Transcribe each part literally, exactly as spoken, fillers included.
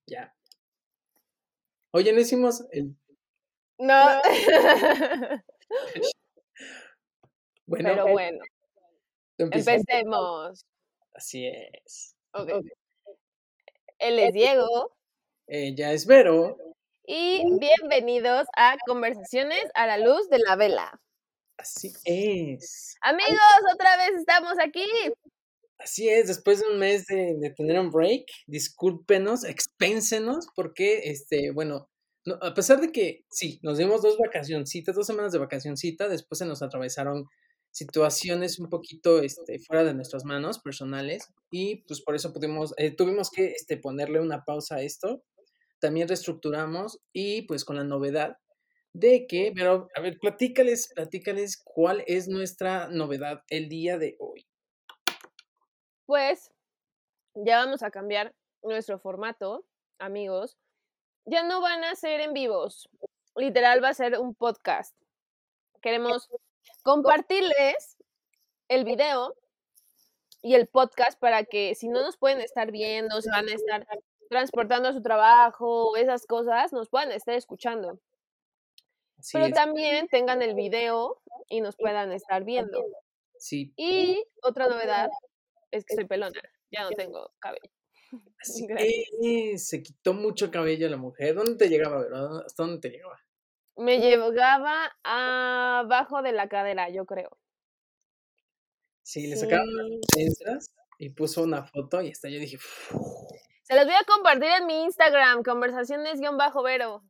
Ya. Oye, no hicimos el... No. Bueno. Pero bueno. Empecemos. Así es. Okay. Okay. Él es Diego. Ella es Vero. Y bienvenidos a Conversaciones a la Luz de la Vela. Así es. Amigos, otra vez estamos aquí. Así es, después de un mes de, de tener un break, discúlpenos, expénsenos, porque, este, bueno, no, a pesar de que, sí, nos dimos dos vacacioncitas, dos semanas de vacacioncita, después se nos atravesaron situaciones un poquito, este, fuera de nuestras manos, personales, y pues por eso pudimos, eh, tuvimos que, este, ponerle una pausa a esto, también reestructuramos, y pues con la novedad de que, pero, a ver, platícales, platícales cuál es nuestra novedad el día de hoy. Pues ya vamos a cambiar nuestro formato, amigos. Ya no van a ser en vivos. Literal va a ser un podcast. Queremos compartirles el video y el podcast para que si no nos pueden estar viendo, se van a estar transportando a su trabajo, esas cosas, nos puedan estar escuchando. Así Pero es. También tengan el video y nos puedan estar viendo. Sí. Y otra novedad es que soy pelona, ya no tengo cabello. Así es, se quitó mucho cabello la mujer. ¿Dónde te llegaba, verdad? ¿Hasta dónde te llegaba? Me llegaba abajo de la cadera, yo creo. Sí, le sacaron sí. las trenzas y puso una foto y hasta yo dije... Uf. Se las voy a compartir en mi Instagram, conversaciones-vero.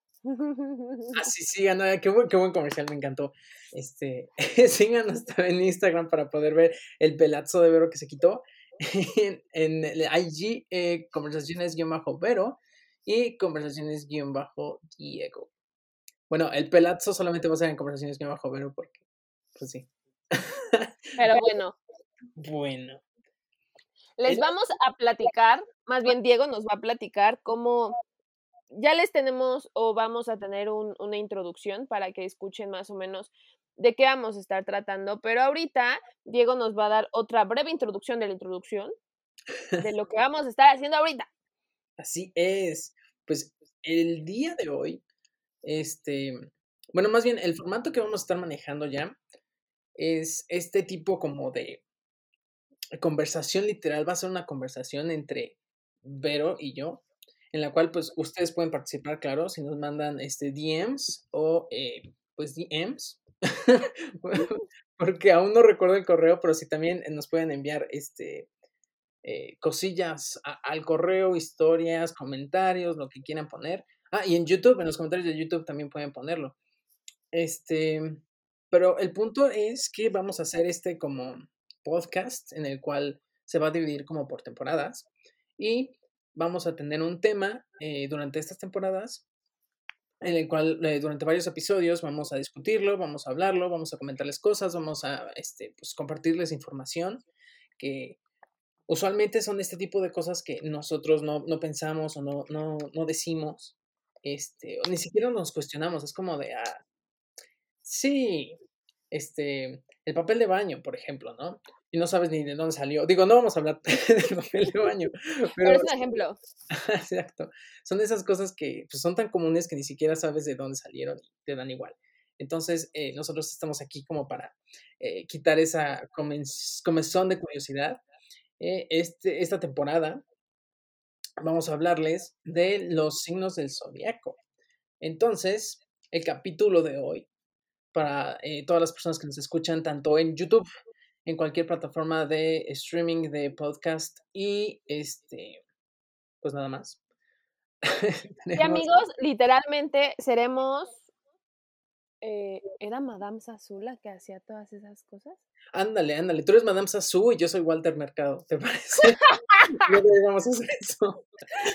Ah, sí, sí, no, qué buen, qué buen comercial, me encantó. Este, síganos también en Instagram para poder ver el pelazo de Vero que se quitó. En, en el I G, eh, conversaciones-vero y conversaciones-diego. Bueno, el pelazo solamente va a ser en conversaciones-vero porque, pues sí. Pero bueno. Bueno. Les vamos a platicar, más bien Diego nos va a platicar cómo ya les tenemos o vamos a tener un, una introducción para que escuchen más o menos de qué vamos a estar tratando, pero ahorita Diego nos va a dar otra breve introducción de la introducción de lo que vamos a estar haciendo ahorita. Así es. Pues el día de hoy, este, bueno, más bien el formato que vamos a estar manejando ya es este tipo como de conversación literal, va a ser una conversación entre Vero y yo, en la cual pues ustedes pueden participar, claro, si nos mandan este D Ms o eh, pues D Ms, porque aún no recuerdo el correo, pero si también nos pueden enviar este eh, cosillas a, al correo, historias, comentarios, lo que quieran poner. Ah, y en YouTube, en los comentarios de YouTube también pueden ponerlo. Este, pero el punto es que vamos a hacer este como podcast en el cual se va a dividir como por temporadas y vamos a tener un tema eh, durante estas temporadas en el cual eh, durante varios episodios vamos a discutirlo, vamos a hablarlo, vamos a comentarles cosas, vamos a este, pues, compartirles información que usualmente son este tipo de cosas que nosotros no, no pensamos o no, no, no decimos, este, o ni siquiera nos cuestionamos, es como de, ah, sí, este, el papel de baño, por ejemplo, ¿no? Y no sabes ni de dónde salió. Digo, no vamos a hablar del papel de baño. Pero, pero es un ejemplo. Exacto. Son de esas cosas que pues, son tan comunes que ni siquiera sabes de dónde salieron y te dan igual. Entonces, eh, nosotros estamos aquí como para eh, quitar esa comezón de curiosidad. Eh, este, esta temporada vamos a hablarles de los signos del zodiaco. Entonces, el capítulo de hoy para eh, todas las personas que nos escuchan tanto en YouTube, en cualquier plataforma de streaming de podcast y este, pues nada más. Y amigos, literalmente seremos, eh, ¿era Madame Sassou la que hacía todas esas cosas? Ándale, ándale, tú eres Madame Sassou y yo soy Walter Mercado, ¿te parece? Luego vamos a hacer eso.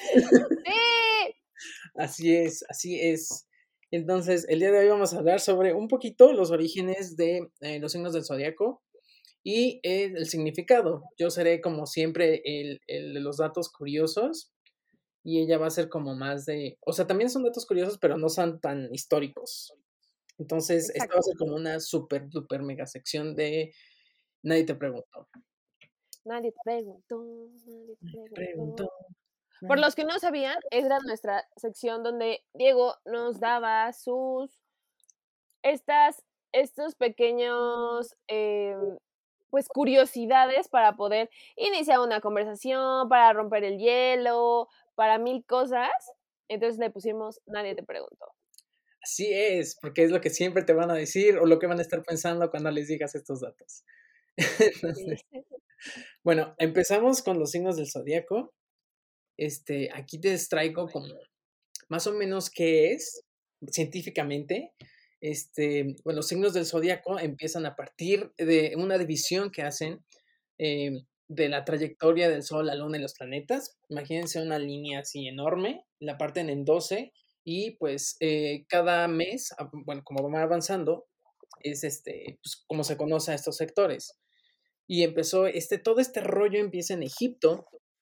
¡Sí! Así es, así es. Entonces, el día de hoy vamos a hablar sobre un poquito los orígenes de eh, los signos del zodiaco y eh, el significado. Yo seré, como siempre, el, el de los datos curiosos y ella va a ser como más de... O sea, también son datos curiosos, pero no son tan históricos. Entonces, Exacto. Esta va a ser como una súper, súper mega sección de Nadie te preguntó. Nadie te preguntó, nadie te preguntó. Por los que no sabían, era nuestra sección donde Diego nos daba sus, estas, estos pequeños, eh, pues, curiosidades para poder iniciar una conversación, para romper el hielo, para mil cosas. Entonces le pusimos Nadie te preguntó. Así es, porque es lo que siempre te van a decir o lo que van a estar pensando cuando les digas estos datos. Entonces, bueno, empezamos con los signos del zodiaco. Este, aquí te traigo como más o menos qué es científicamente. Este, bueno, los signos del zodiaco empiezan a partir de una división que hacen eh, de la trayectoria del Sol, la Luna y los planetas. Imagínense una línea así enorme, la parten en doce y pues eh, cada mes, bueno, como van avanzando, es este, pues, como se conoce a estos sectores. Y empezó, este, todo este rollo empieza en Egipto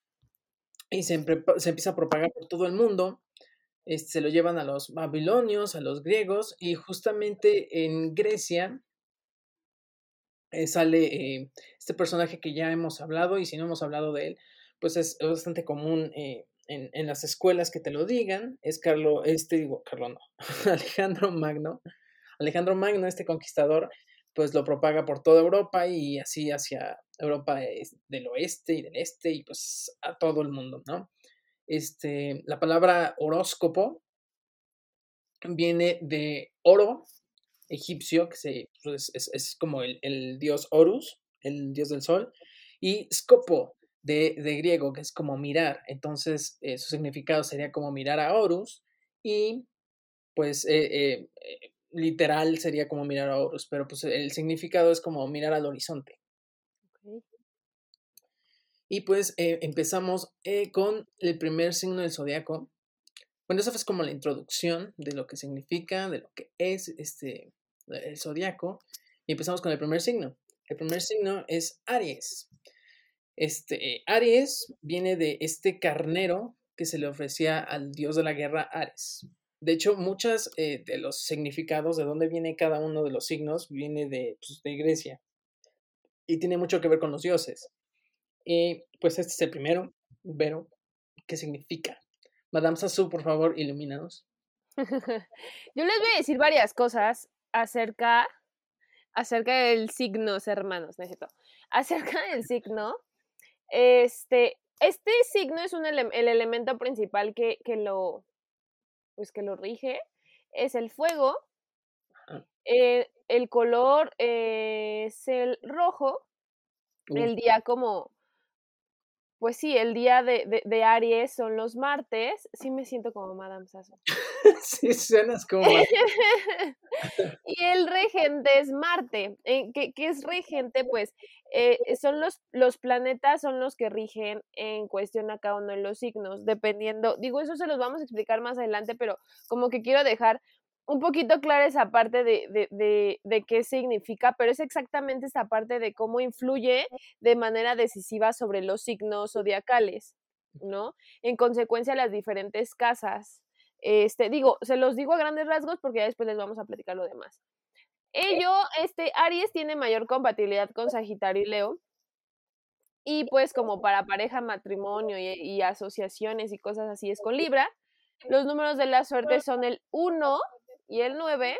y se, se empieza a propagar por todo el mundo. Este, se lo llevan a los babilonios, a los griegos, y justamente en Grecia eh, sale eh, este personaje que ya hemos hablado, y si no hemos hablado de él, pues es, es bastante común eh, en, en, las escuelas que te lo digan. Es Carlo, este digo, Carlo no, Alejandro Magno. Alejandro Magno, este conquistador, pues lo propaga por toda Europa y así hacia Europa del oeste y del este y pues a todo el mundo, ¿no? Este, la palabra horóscopo viene de oro egipcio, que se, pues, es, es, como el, el dios Horus, el dios del sol, y scopo de, de griego, que es como mirar. Entonces, eh, su significado sería como mirar a Horus y pues eh, eh, literal sería como mirar a Horus, pero pues el significado es como mirar al horizonte. Okay. Y pues eh, empezamos eh, con el primer signo del zodiaco. Bueno, esa fue como la introducción de lo que significa, de lo que es este, el zodiaco. Y empezamos con el primer signo. El primer signo es Aries. Este, Aries viene de este carnero que se le ofrecía al dios de la guerra Ares. De hecho, muchos eh, de los significados de dónde viene cada uno de los signos viene de, pues, de Grecia. Y tiene mucho que ver con los dioses. Y pues este es el primero, Vero. ¿Qué significa? Madame Sassou, por favor, ilumínanos. Yo les voy a decir varias cosas acerca, acerca del signo, hermanos, necesito. Acerca del signo, este, este signo es un ele el elemento principal que, que lo, pues que lo rige, es el fuego. Eh, el color eh, es el rojo. Uh. El día como, pues sí, el día de, de, de Aries son los martes. Sí me siento como Madame Sassou. Sí, suenas como Y el regente es Marte. Eh, ¿qué, ¿Qué es regente? Pues eh, son los, los planetas, son los que rigen en cuestión a cada uno de los signos, dependiendo, digo, eso se los vamos a explicar más adelante, pero como que quiero dejar un poquito clara esa parte de, de, de, de qué significa, pero es exactamente esta parte de cómo influye de manera decisiva sobre los signos zodiacales, ¿no? En consecuencia, las diferentes casas. Este, digo, se los digo a grandes rasgos porque ya después les vamos a platicar lo demás. Ello, este, Aries tiene mayor compatibilidad con Sagitario y Leo. Y pues como para pareja, matrimonio y, y asociaciones y cosas así es con Libra. Los números de la suerte son el uno y el nueve.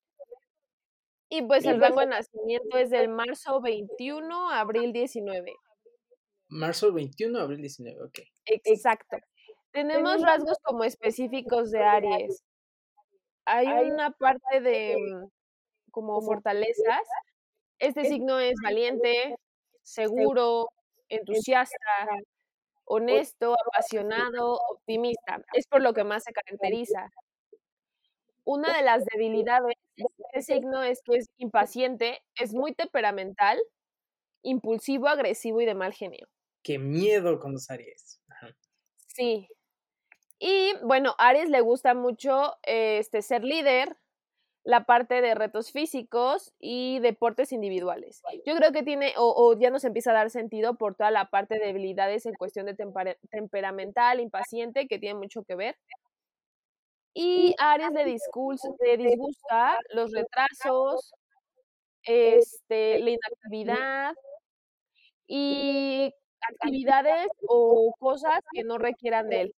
Y pues el rango de nacimiento es del marzo veintiuno a abril diecinueve. Marzo veintiuno a abril diecinueve, ok. Exacto. Tenemos rasgos como específicos de Aries. Hay una parte de como fortalezas. Este signo es valiente, seguro, entusiasta, honesto, apasionado, optimista. Es por lo que más se caracteriza. Una de las debilidades de este signo es que es impaciente, es muy temperamental, impulsivo, agresivo y de mal genio. ¡Qué miedo con los Aries! Ajá. Sí. Y bueno, a Aries le gusta mucho este, ser líder, la parte de retos físicos y deportes individuales. Yo creo que tiene, o, o ya nos empieza a dar sentido por toda la parte de habilidades en cuestión de temper temperamental, impaciente, que tiene mucho que ver. Y a Aries le, le disgusta los retrasos, este, la inactividad y actividades o cosas que no requieran de él.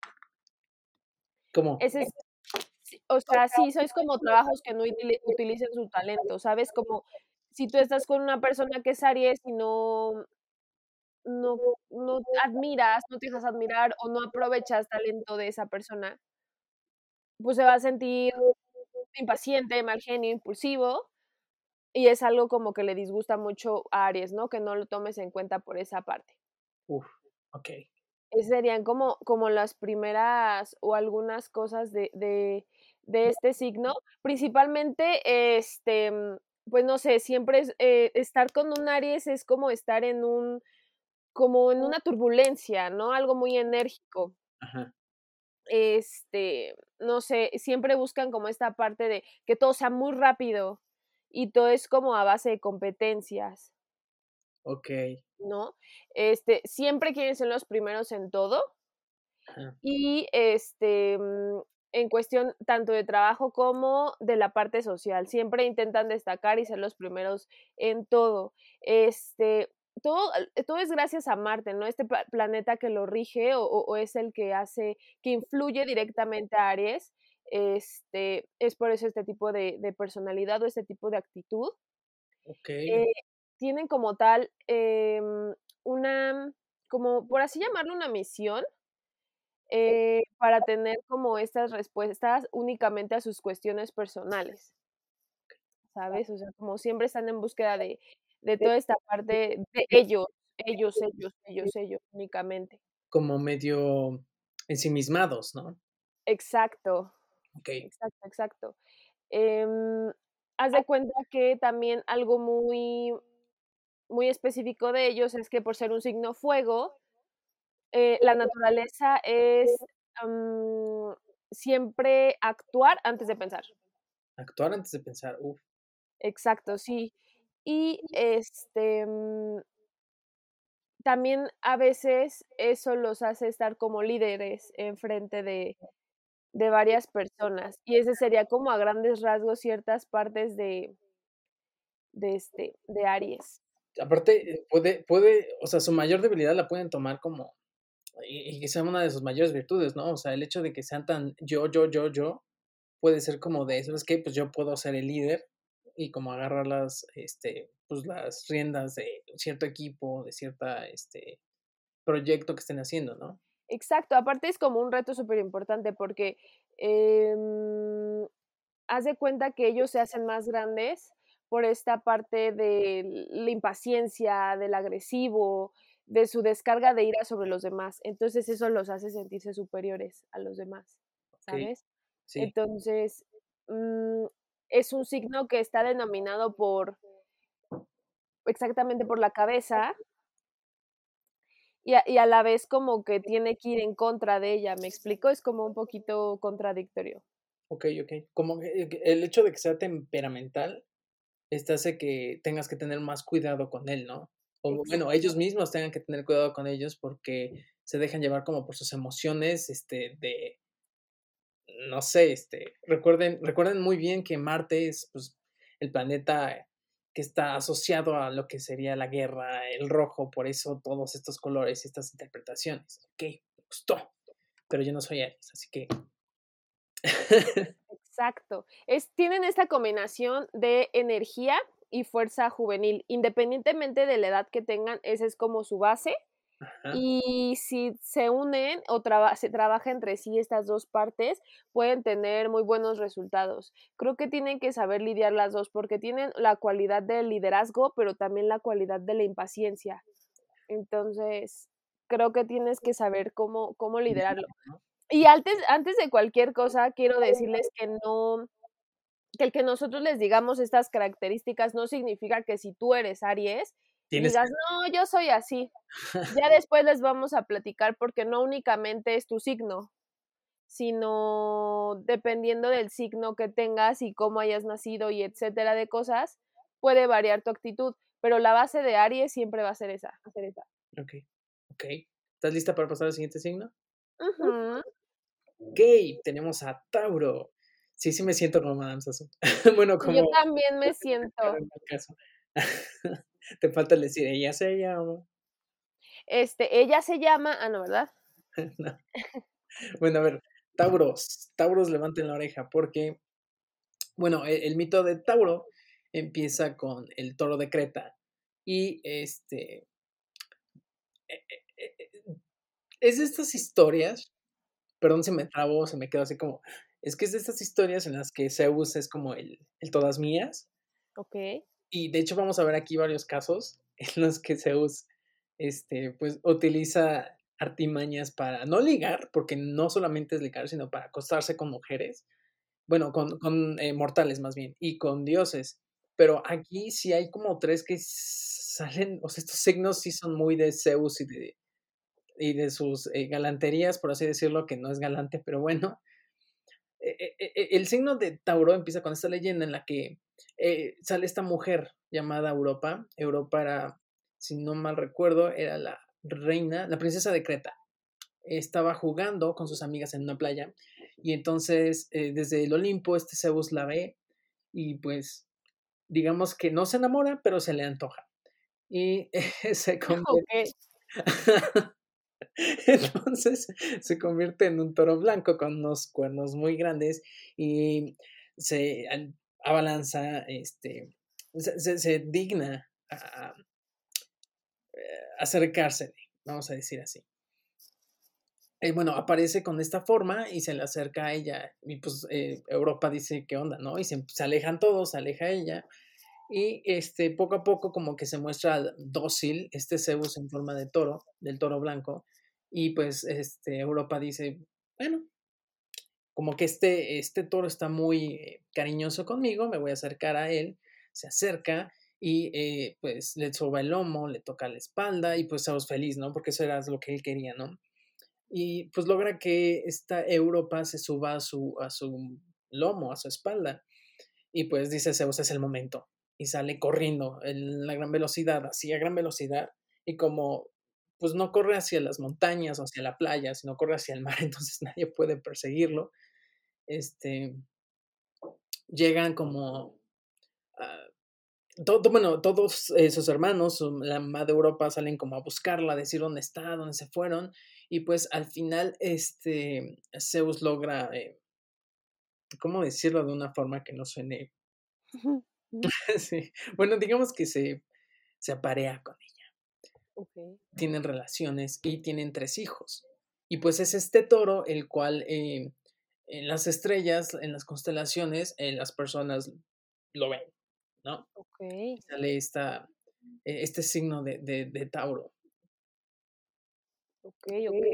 ¿Cómo? Ese es, o sea, sí, sois como trabajos que no utili utilicen su talento, ¿sabes? Como si tú estás con una persona que es Aries y no no no admiras, no te dejas admirar o no aprovechas talento de esa persona pues se va a sentir impaciente, mal genio, impulsivo, y es algo como que le disgusta mucho a Aries, ¿no? Que no lo tomes en cuenta por esa parte. Uf, okey. Esas serían como como las primeras o algunas cosas de de de este signo. Principalmente, este, mm, pues no sé, siempre es, eh, estar con un Aries es como estar en un como en una turbulencia, ¿no? Algo muy enérgico. Ajá. Este, no sé, siempre buscan como esta parte de que todo sea muy rápido y todo es como a base de competencias. Okey. ¿No? Este, siempre quieren ser los primeros en todo. Ajá. Y, este, mm, en cuestión tanto de trabajo como de la parte social, siempre intentan destacar y ser los primeros en todo. Este, todo al todo es gracias a Marte, ¿no? Este pla planeta que lo rige o o o es el que hace que influye directamente a Aries, este, es por eso este tipo de de personalidad o este tipo de actitud. Okey. Eh, tienen como tal, em, una, como, por así llamarlo, una misión eh, para tener como estas respuestas únicamente a sus cuestiones personales. ¿Sabes? O sea, como siempre están en búsqueda de de toda esta parte de ellos, ellos, ellos, ellos, ellos, únicamente. Como medio ensimismados, ¿no? Exacto, Okey. exacto, exacto. Em, haz de cuenta que también algo muy muy específico de ellos es que por ser un signo fuego, eh, la naturaleza es, am, siempre actuar antes de pensar. Actuar antes de pensar, uf. Exacto, sí. Y, este, mm también a veces eso los hace estar como líderes enfrente de de varias personas, y ese sería como a grandes rasgos ciertas partes de de, este, de Aries. Aparte, eh, puede puede, o sea, su mayor debilidad la pueden tomar como y y que sea una de sus mayores virtudes, ¿no? O sea, el hecho de que sean tan yo, yo, yo, yo, puede ser como de, ¿sabes qué? Pues yo puedo ser el líder y como agarrar las, este, pues las riendas de cierto equipo, de cierta, este, proyecto que estén haciendo, ¿no? Exacto, aparte es como un reto superimportante porque, em, haz de cuenta que ellos se hacen más grandes por esta parte de la impaciencia, del agresivo, de su descarga de ira sobre los demás. Entonces, eso los hace sentirse superiores a los demás, Okey, ¿sabes? sí. Entonces, mm, es un signo que está denominado por exactamente por la cabeza y a y a la vez como que tiene que ir en contra de ella, ¿me explico? Es como un poquito contradictorio. Okey, okey. Como que que el hecho de que sea temperamental, este, hace que tengas que tener más cuidado con él, ¿no? O bueno, Exacto. ellos mismos tengan que tener cuidado con ellos porque se dejan llevar como por sus emociones, este, de no sé, este, recuerden recuerden muy bien que Marte es, pues, el planeta que está asociado a lo que sería la guerra, el rojo, por eso todos estos colores y estas interpretaciones. Okey, me gustó, pero yo no soy Aries, así que Exacto. Es tienen esta combinación de energía y fuerza juvenil, independientemente de la edad que tengan, esa es como su base, Ajá. y si se unen o traba se trabaja entre sí estas dos partes, pueden tener muy buenos resultados. Creo que tienen que saber lidiar las dos, porque tienen la cualidad del liderazgo, pero también la cualidad de la impaciencia. Entonces, creo que tienes que saber cómo cómo liderarlo. ¿no? Y antes antes de cualquier cosa, quiero decirles que no que el que nosotros les digamos estas características no significa que si tú eres Aries, Tienes digas: "No, yo soy así". Ya después les vamos a platicar, porque no únicamente es tu signo, sino dependiendo del signo que tengas y cómo hayas nacido y etcétera de cosas, puede variar tu actitud, pero la base de Aries siempre va a ser esa, va a ser esa. Okey, okey. ¿Estás lista para pasar al siguiente signo? Ujú. Okey, tenemos a Tauro. Sí, sí me siento como Madame Sassou. Bueno, Yo como también me siento. Te falta el decir: "Ella se llama". Este, ella se llama, ah, no, ¿verdad? No. Bueno, a ver, Tauros, Tauros levanten la oreja, porque, bueno, el, el mito de Tauro empieza con el toro de Creta y este eh, eh, eh, es de estas historias, perdón, se me trabó, se me quedó así como, es que es de estas historias en las que Zeus es como el, el todas mías, Ok. y de hecho vamos a ver aquí varios casos en los que Zeus, este, pues utiliza artimañas para no ligar, porque no solamente es ligar, sino para acostarse con mujeres, bueno, con, con eh, mortales más bien, y con dioses. Pero aquí sí hay como tres que salen, o sea, estos signos sí son muy de Zeus y de, y de sus eh, galanterías, por así decirlo, que no es galante, pero bueno. Eh, eh, eh, el signo de Tauro empieza con esta leyenda en la que eh, sale esta mujer llamada Europa. Europa era, si no mal recuerdo, era la reina, la princesa de Creta. Estaba jugando con sus amigas en una playa y entonces eh, desde el Olimpo este Zeus la ve y pues digamos que no se enamora, pero se le antoja. Y eh, se convierte... Ok. Entonces se convierte en un toro blanco con unos cuernos muy grandes y se abalanza, este, se, se, se digna a, a acercársele, vamos a decir así. Y bueno, aparece con esta forma y se le acerca a ella. Y pues eh, Europa dice, ¿qué onda? ¿No? Y se, se alejan todos, se aleja ella. Y este, poco a poco como que se muestra dócil este Zeus en forma de toro, del toro blanco. Y pues este, Europa dice, bueno, como que este, este toro está muy eh, cariñoso conmigo, me voy a acercar a él, se acerca y eh, pues le soba el lomo, le toca la espalda y pues Zeus feliz, ¿no? Porque eso era lo que él quería, ¿no? Y pues logra que esta Europa se suba a su, a su lomo, a su espalda. Y pues dice Zeus, es el momento. Y sale corriendo en la gran velocidad, así a gran velocidad. Y como pues no corre hacia las montañas o hacia la playa, sino corre hacia el mar, entonces nadie puede perseguirlo. Este, llegan como, ah, todo, bueno, todos eh, sus hermanos, su- la mamá de Europa salen como a buscarla, a decir dónde está, dónde se fueron. Y pues al final, este, Zeus logra, eh, ¿cómo decirlo de una forma que no suene? Sí. Bueno, digamos que se, se aparea con ella, Ok. tienen relaciones y tienen tres hijos. Y pues es este toro el cual eh, en las estrellas, en las constelaciones, eh, las personas lo ven, ¿no? Ok. Y sale esta, eh, este signo de, de, de Tauro. Ok, ok.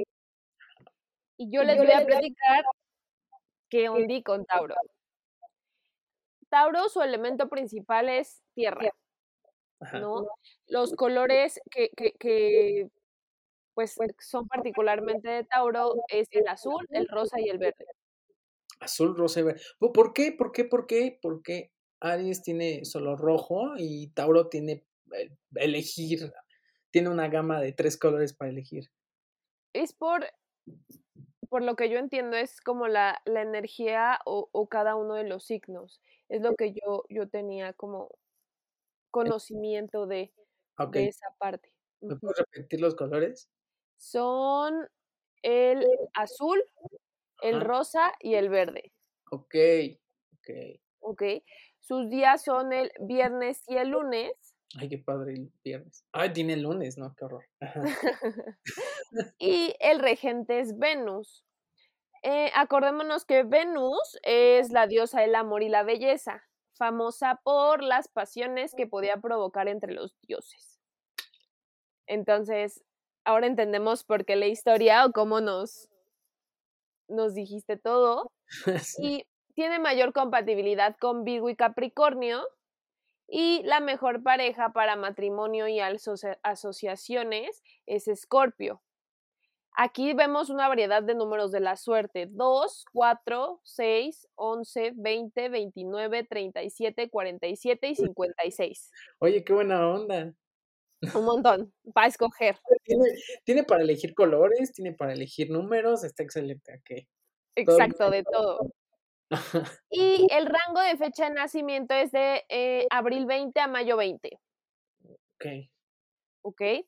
Y yo les voy a platicar qué ondí con Tauro. Tauro, su elemento principal es tierra, Ajá. ¿no? Los colores que, que, que pues son particularmente de Tauro es el azul, el rosa y el verde. Azul, rosa y verde. ¿Po- ¿Por qué? ¿Por qué? ¿Por qué? Porque Aries tiene solo rojo y Tauro tiene eh, elegir, tiene una gama de tres colores para elegir. Es por, por lo que yo entiendo, es como la, la energía o, o cada uno de los signos. Es lo que yo, yo tenía como Eh, conocimiento de, Ok, de esa parte. ¿me Ujú. puedes repetir los colores? Son el azul, el Ajá. rosa y el verde. Ok, ok. ¿Ok? Sus días son el viernes y el lunes. Ay, qué padre el viernes. Ay, tiene lunes, ¿no? Qué horror. Ajá. Y el regente es Venus. Eh, acordémonos que Venus es la diosa del amor y la belleza, famosa por las pasiones que podía provocar entre los dioses. Entonces, ahora entendemos por qué la historia o cómo nos, nos dijiste todo. Sí. Y tiene mayor compatibilidad con Virgo y Capricornio. Y la mejor pareja para matrimonio y asocia- asociaciones es Escorpio. Aquí vemos una variedad de números de la suerte: dos, cuatro, seis, once, veinte, veintinueve, treinta y siete, cuarenta y siete y cincuenta y seis. Oye, qué buena onda. Un montón para escoger. Tiene, tiene para elegir colores, tiene para elegir números, está excelente. Ok. Todo bien. Exacto, de todo. Y el rango de fecha de nacimiento es de eh, abril veinte a mayo veinte. Ok. ¿Ok?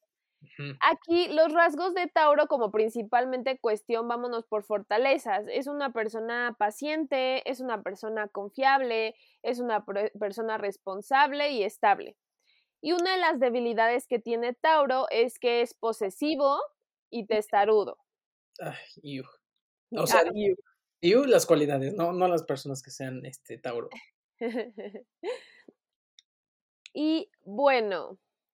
Ujú. Aquí los rasgos de Tauro como principalmente cuestión, vámonos por fortalezas. Es una persona paciente, es una persona confiable, es una pre- persona responsable y estable. Y una de las debilidades que tiene Tauro es que es posesivo y testarudo. Ay, iu. O sea, Ah, y- iu las cualidades, no no las personas que sean, este, Tauro. y bueno,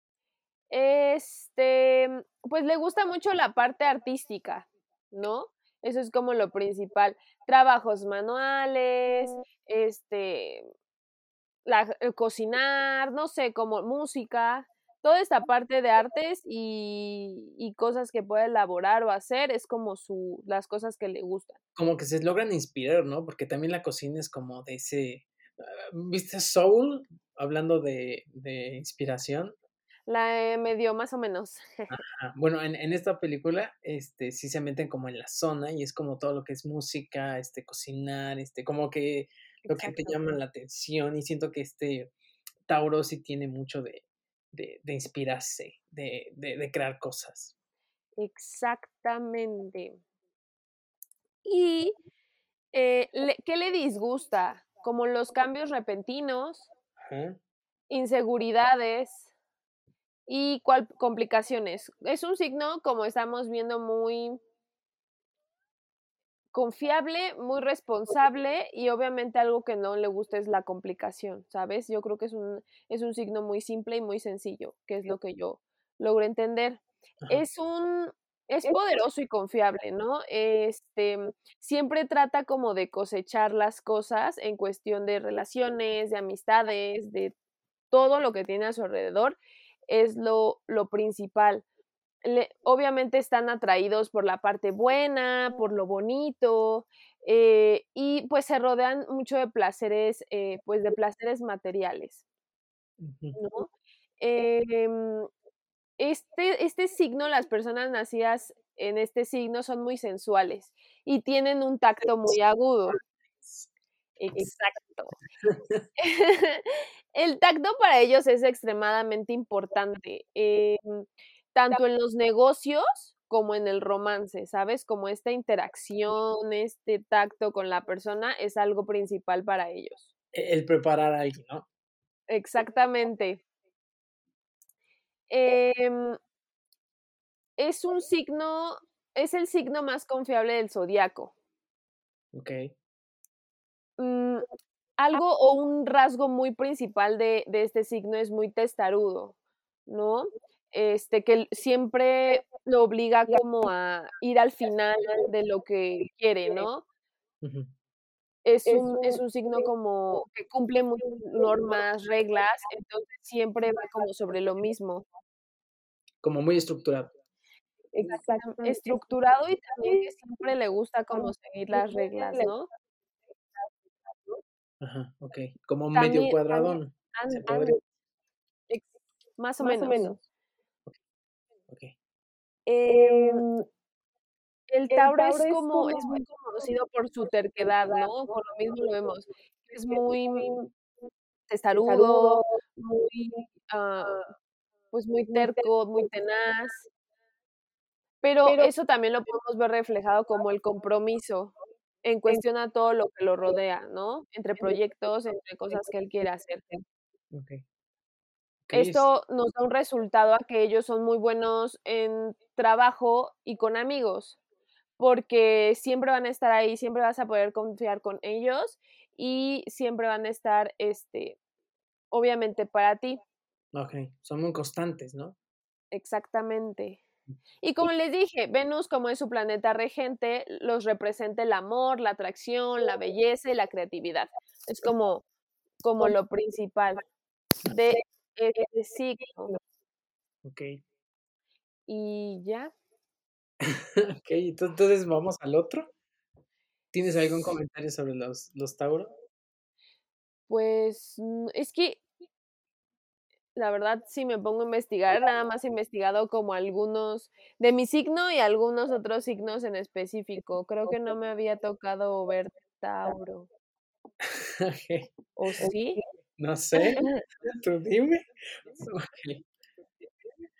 este, pues le gusta mucho la parte artística, ¿no? Eso es como lo principal. Trabajos manuales, este, la, el cocinar, no sé, como música, toda esta parte de artes y, y cosas que puede elaborar o hacer es como su, las cosas que le gustan. Como que se logran inspirar, ¿no? Porque también la cocina es como de ese, ah, ¿viste Soul? Hablando de de inspiración. La eh, me dio más o menos. Ah, bueno, en en esta película, este, sí se meten como en la zona y es como todo lo que es música, este, cocinar, este, como que lo que te Exacto. llama la atención y siento que este Tauro sí tiene mucho de de de inspirarse, de de de crear cosas. Exactamente. Y eh, le- ¿qué le disgusta? Como los cambios repentinos, Ajá, inseguridades y cual- complicaciones. Es un signo, como estamos viendo, muy confiable, muy responsable y obviamente algo que no le gusta es la complicación, ¿sabes? Yo creo que es un, es un signo muy simple y muy sencillo, que es lo que yo logro entender. ajá. Es un, es poderoso y confiable, ¿no? Este, siempre trata como de cosechar las cosas en cuestión de relaciones, de amistades, de todo lo que tiene a su alrededor, es lo, lo principal. Le obviamente están atraídos por la parte buena, por lo bonito, eh, y pues se rodean mucho de placeres, eh, pues de placeres materiales, Ujú. ¿no? Em, este este signo, las personas nacidas en este signo son muy sensuales y tienen un tacto muy agudo. Exacto. El tacto para ellos es extremadamente importante, em, tanto en los negocios como en el romance, ¿sabes? Como esta interacción, este tacto con la persona es algo principal para ellos. E el preparar a alguien, ¿no? Exactamente. Em, es un signo es el signo más confiable del zodiaco. Okey. Mm, algo o un rasgo muy principal de de este signo es muy testarudo, ¿no? Este, que l siempre lo obliga como a ir al final de lo que quiere, ¿no? Ujú. Es un es un signo como que cumple muchas normas, reglas, entonces siempre va como sobre lo mismo. Como muy estructurado. Exactam estructurado y también que siempre le gusta como seguir las reglas, ¿no? Ajá, okey. Como medio También cuadradón, se an podría. ex más o menos. Okey. Em El Tauro es como es muy conocido por su terquedad, ¿no? Por lo mismo lo vemos, es muy testarudo, muy, ah, pues, muy terco, muy tenaz, pero eso también lo podemos ver reflejado como el compromiso en cuestión a todo lo que lo rodea, ¿no? Entre proyectos, entre cosas que él quiere hacer. Okey. Okey, es Esto nos da un resultado a que ellos son muy buenos en trabajo y con amigos. Porque siempre van a estar ahí, siempre vas a poder confiar con ellos y siempre van a estar, este, obviamente para ti. okey, son muy constantes, ¿no? Exactamente. Y como les dije, Venus, como es su planeta regente, los representa el amor, la atracción, la belleza y la creatividad. Es como como lo principal de este signo. Okey. Y ya. Okey, ento entonces, ¿vamos al otro? ¿Tienes algún comentario sobre los los Tauro? Pues, mm, es que la verdad, si me pongo a investigar, nada más he investigado como algunos de mi signo y algunos otros signos en específico. Creo que no me había tocado ver Tauro, Okey, ¿o sí? no sé, tú dime. Okey.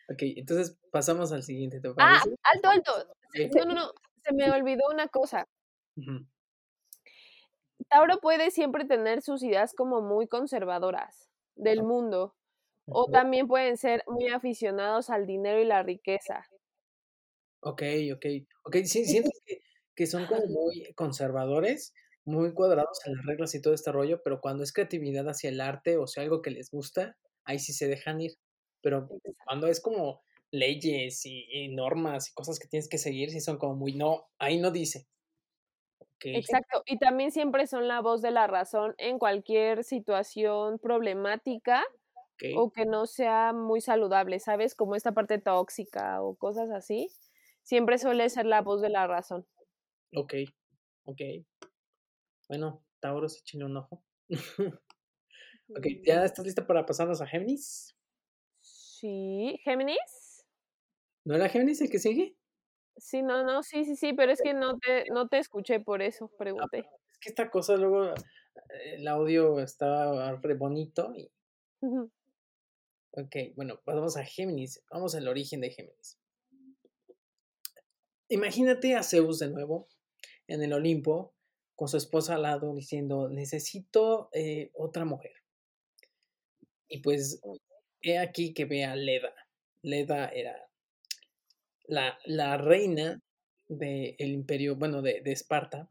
Ok, entonces pasamos al siguiente, ¿te Ah, parece? alto, alto. Sí. No, no, no, se me olvidó una cosa. Ujú. Tauro puede siempre tener sus ideas como muy conservadoras del mundo, o Ujú. también pueden ser muy aficionados al dinero y la riqueza. Okey, okey. Okey, sí, siento que que son como muy conservadores, muy cuadrados en las reglas y todo este rollo, pero cuando es creatividad hacia el arte, o sea, algo que les gusta, ahí sí se dejan ir. Pero cuando es como leyes y y normas y cosas que tienes que seguir, sí son como muy no, ahí no dice. Okey, Exacto, y también siempre son la voz de la razón en cualquier situación problemática okey, o que no sea muy saludable, ¿sabes? Como esta parte tóxica o cosas así, siempre suele ser la voz de la razón. okey, okey. Bueno, Tauros, échenle un ojo. Okey, Mm, ¿ya estás lista para pasarnos a Géminis? sí, ¿Géminis? ¿No era Géminis el que sigue? Sí, no, no, sí, sí, sí, pero es que no te no te escuché, por eso Ah, pregunté. perdón, es que esta cosa luego, eh, el audio está re bonito y Ujú. okey, bueno, pasamos a Géminis, vamos al origen de Géminis. Imagínate a Zeus de nuevo en el Olimpo, con su esposa al lado, diciendo: "Necesito, eh, otra mujer". Y pues, he aquí que ve a Leda. Leda era la la reina del imperio, bueno, de de Esparta,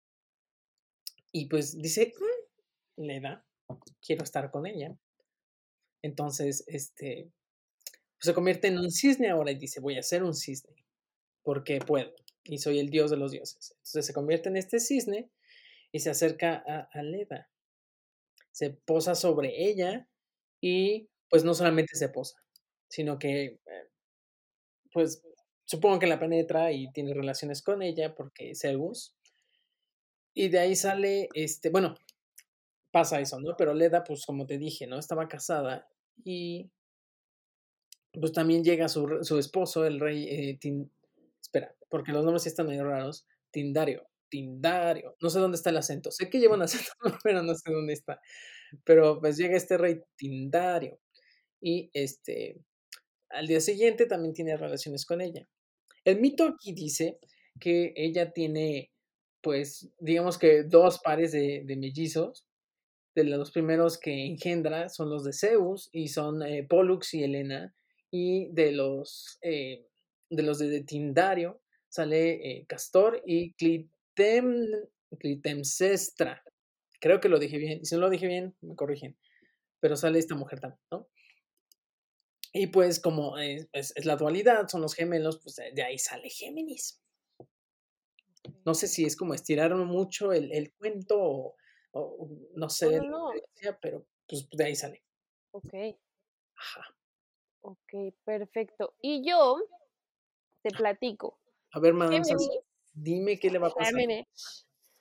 y pues dice: "Mm, Leda, quiero estar con ella". Entonces, este, se convierte en un cisne ahora y dice: "Voy a ser un cisne, porque puedo, y soy el dios de los dioses". Entonces, se convierte en este cisne y se acerca a a Leda, se posa sobre ella y, pues, no solamente se posa, sino que, eh, pues, supongo que la penetra y tiene relaciones con ella porque Zeus, y de ahí sale, este, bueno, pasa eso, ¿no? Pero Leda, pues, como te dije, ¿no? Estaba casada y pues también llega su re su esposo, el rey, eh, Tin espera, porque los nombres sí están medio raros. Tindario, Tindario, no sé dónde está el acento. Sé que lleva un acento, pero no sé dónde está. Pero, pues, llega este rey Tindario y, este, al día siguiente también tiene relaciones con ella. El mito aquí dice que ella tiene, pues, digamos que dos pares de de mellizos. De los primeros que engendra son los de Zeus y son, eh, Pólux y Helena, y de los, eh, de los de Tindario sale, eh, Castor y Clitem Clitemnestra. Creo que lo dije bien, y si no lo dije bien, me corrigen, pero sale esta mujer también, ¿no? Y pues como es es es la dualidad, son los gemelos, pues de de ahí sale Géminis. No sé si es como estiraron mucho el el cuento o o no sé No, la no, no. referencia, pero, pues, de ahí sale. Okey, Ajá. okey, perfecto. Y yo te platico. A ver, Madame Sassy, Géminis, dime qué le va a pasar. Géminis.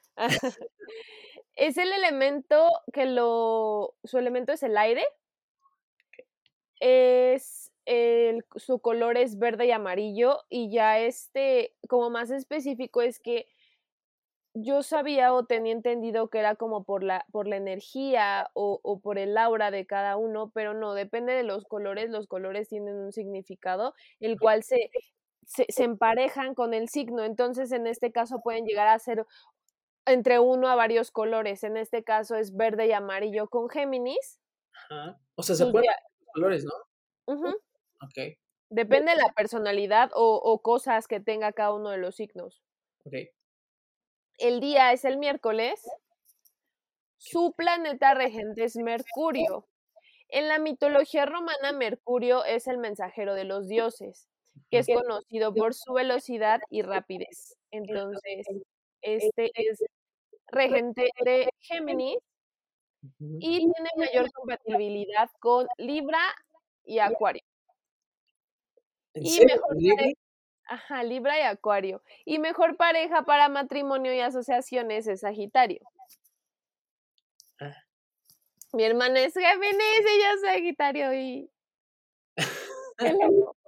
Es el elemento que lo su elemento es el aire, es el su color es verde y amarillo, y ya, este, como más específico es que yo sabía o tenía entendido que era como por la por la energía o o por el aura de cada uno, pero no, depende de los colores, los colores tienen un significado, el cual se se se emparejan con el signo. Entonces, en este caso pueden llegar a ser entre uno a varios colores. En este caso es verde y amarillo con Géminis. Ajá. O sea, se Sus pueden días hacer los colores, ¿no? ujú, Okey, depende de la personalidad o o cosas que tenga cada uno de los signos. okey. El día es el miércoles, su planeta regente es Mercurio. En la mitología romana, Mercurio es el mensajero de los dioses, que es Ujú, conocido por su velocidad y rapidez. Entonces, este es regente de Géminis ujú. y tiene mayor compatibilidad con Libra y Acuario. ¿En Y serio? mejor ¿Con pare Libra? ajá, Libra y Acuario. Y mejor pareja para matrimonio y asociaciones es Sagitario. Ah. Mi hermana es Géminis y yo Sagitario y qué loco,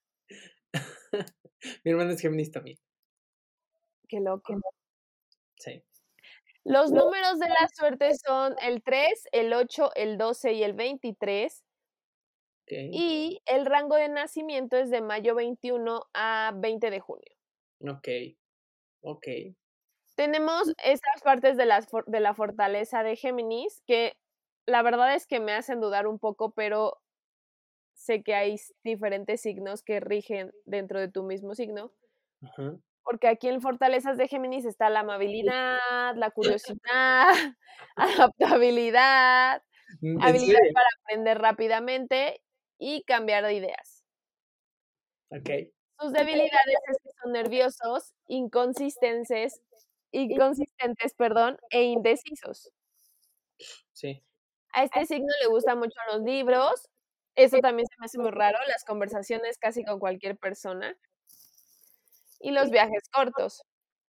Mi hermana es Géminis también. qué loco. Sí. Los números de la suerte son el tres, el ocho, el doce y el veintitrés. Okay. Y el rango de nacimiento es de mayo veintiuno a veinte de junio. Ok, ok. Tenemos estas partes de, las, de la fortaleza de Géminis que la verdad es que me hacen dudar un poco, pero sé que hay diferentes signos que rigen dentro de tu mismo signo. Ajá. Porque aquí en fortalezas de Géminis está la amabilidad, la curiosidad, adaptabilidad, ¿En habilidad serio? para aprender rápidamente y cambiar de ideas. Ok. Sus debilidades es que son nerviosos, inconsistentes, inconsistentes, perdón, e indecisos. Sí. A este signo le gustan mucho los libros. Esto también se me hace muy raro, las conversaciones casi con cualquier persona. Y los viajes cortos.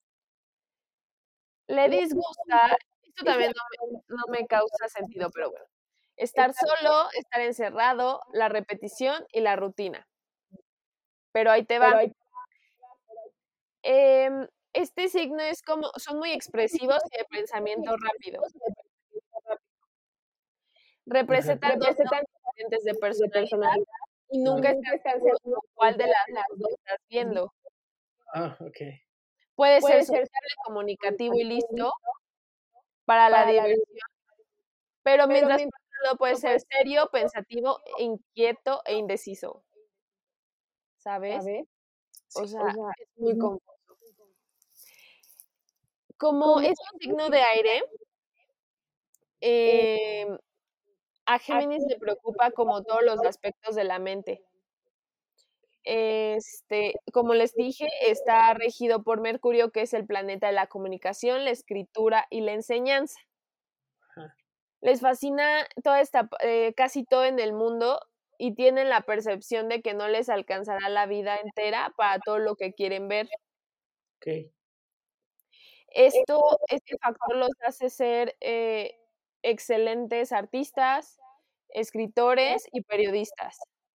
Le disgusta, esto también no me, no me causa sentido, pero bueno. Estar solo, estar encerrado, la repetición y la rutina. Pero ahí te va. Em, este signo es como, son muy expresivos y de pensamiento rápido. Representan dos tipos diferentes de personalidad y nunca están seguros con cuál de las dos estás viendo. Ah, ok. Puede ser sociable, comunicativo y listo para la diversión, pero mientras tanto puede ser serio, pensativo, inquieto e indeciso. ¿Sabes? O Sí. sea, es muy confuso. Como es un signo de aire, eh, a Géminis le preocupa como todos los aspectos de la mente. Este, como les dije, está regido por Mercurio, que es el planeta de la comunicación, la escritura y la enseñanza. Ajá. Les fascina toda esta, eh, casi todo en el mundo y tienen la percepción de que no les alcanzará la vida entera para todo lo que quieren ver. Ok. Esto, este factor los hace ser eh, excelentes artistas, escritores y periodistas.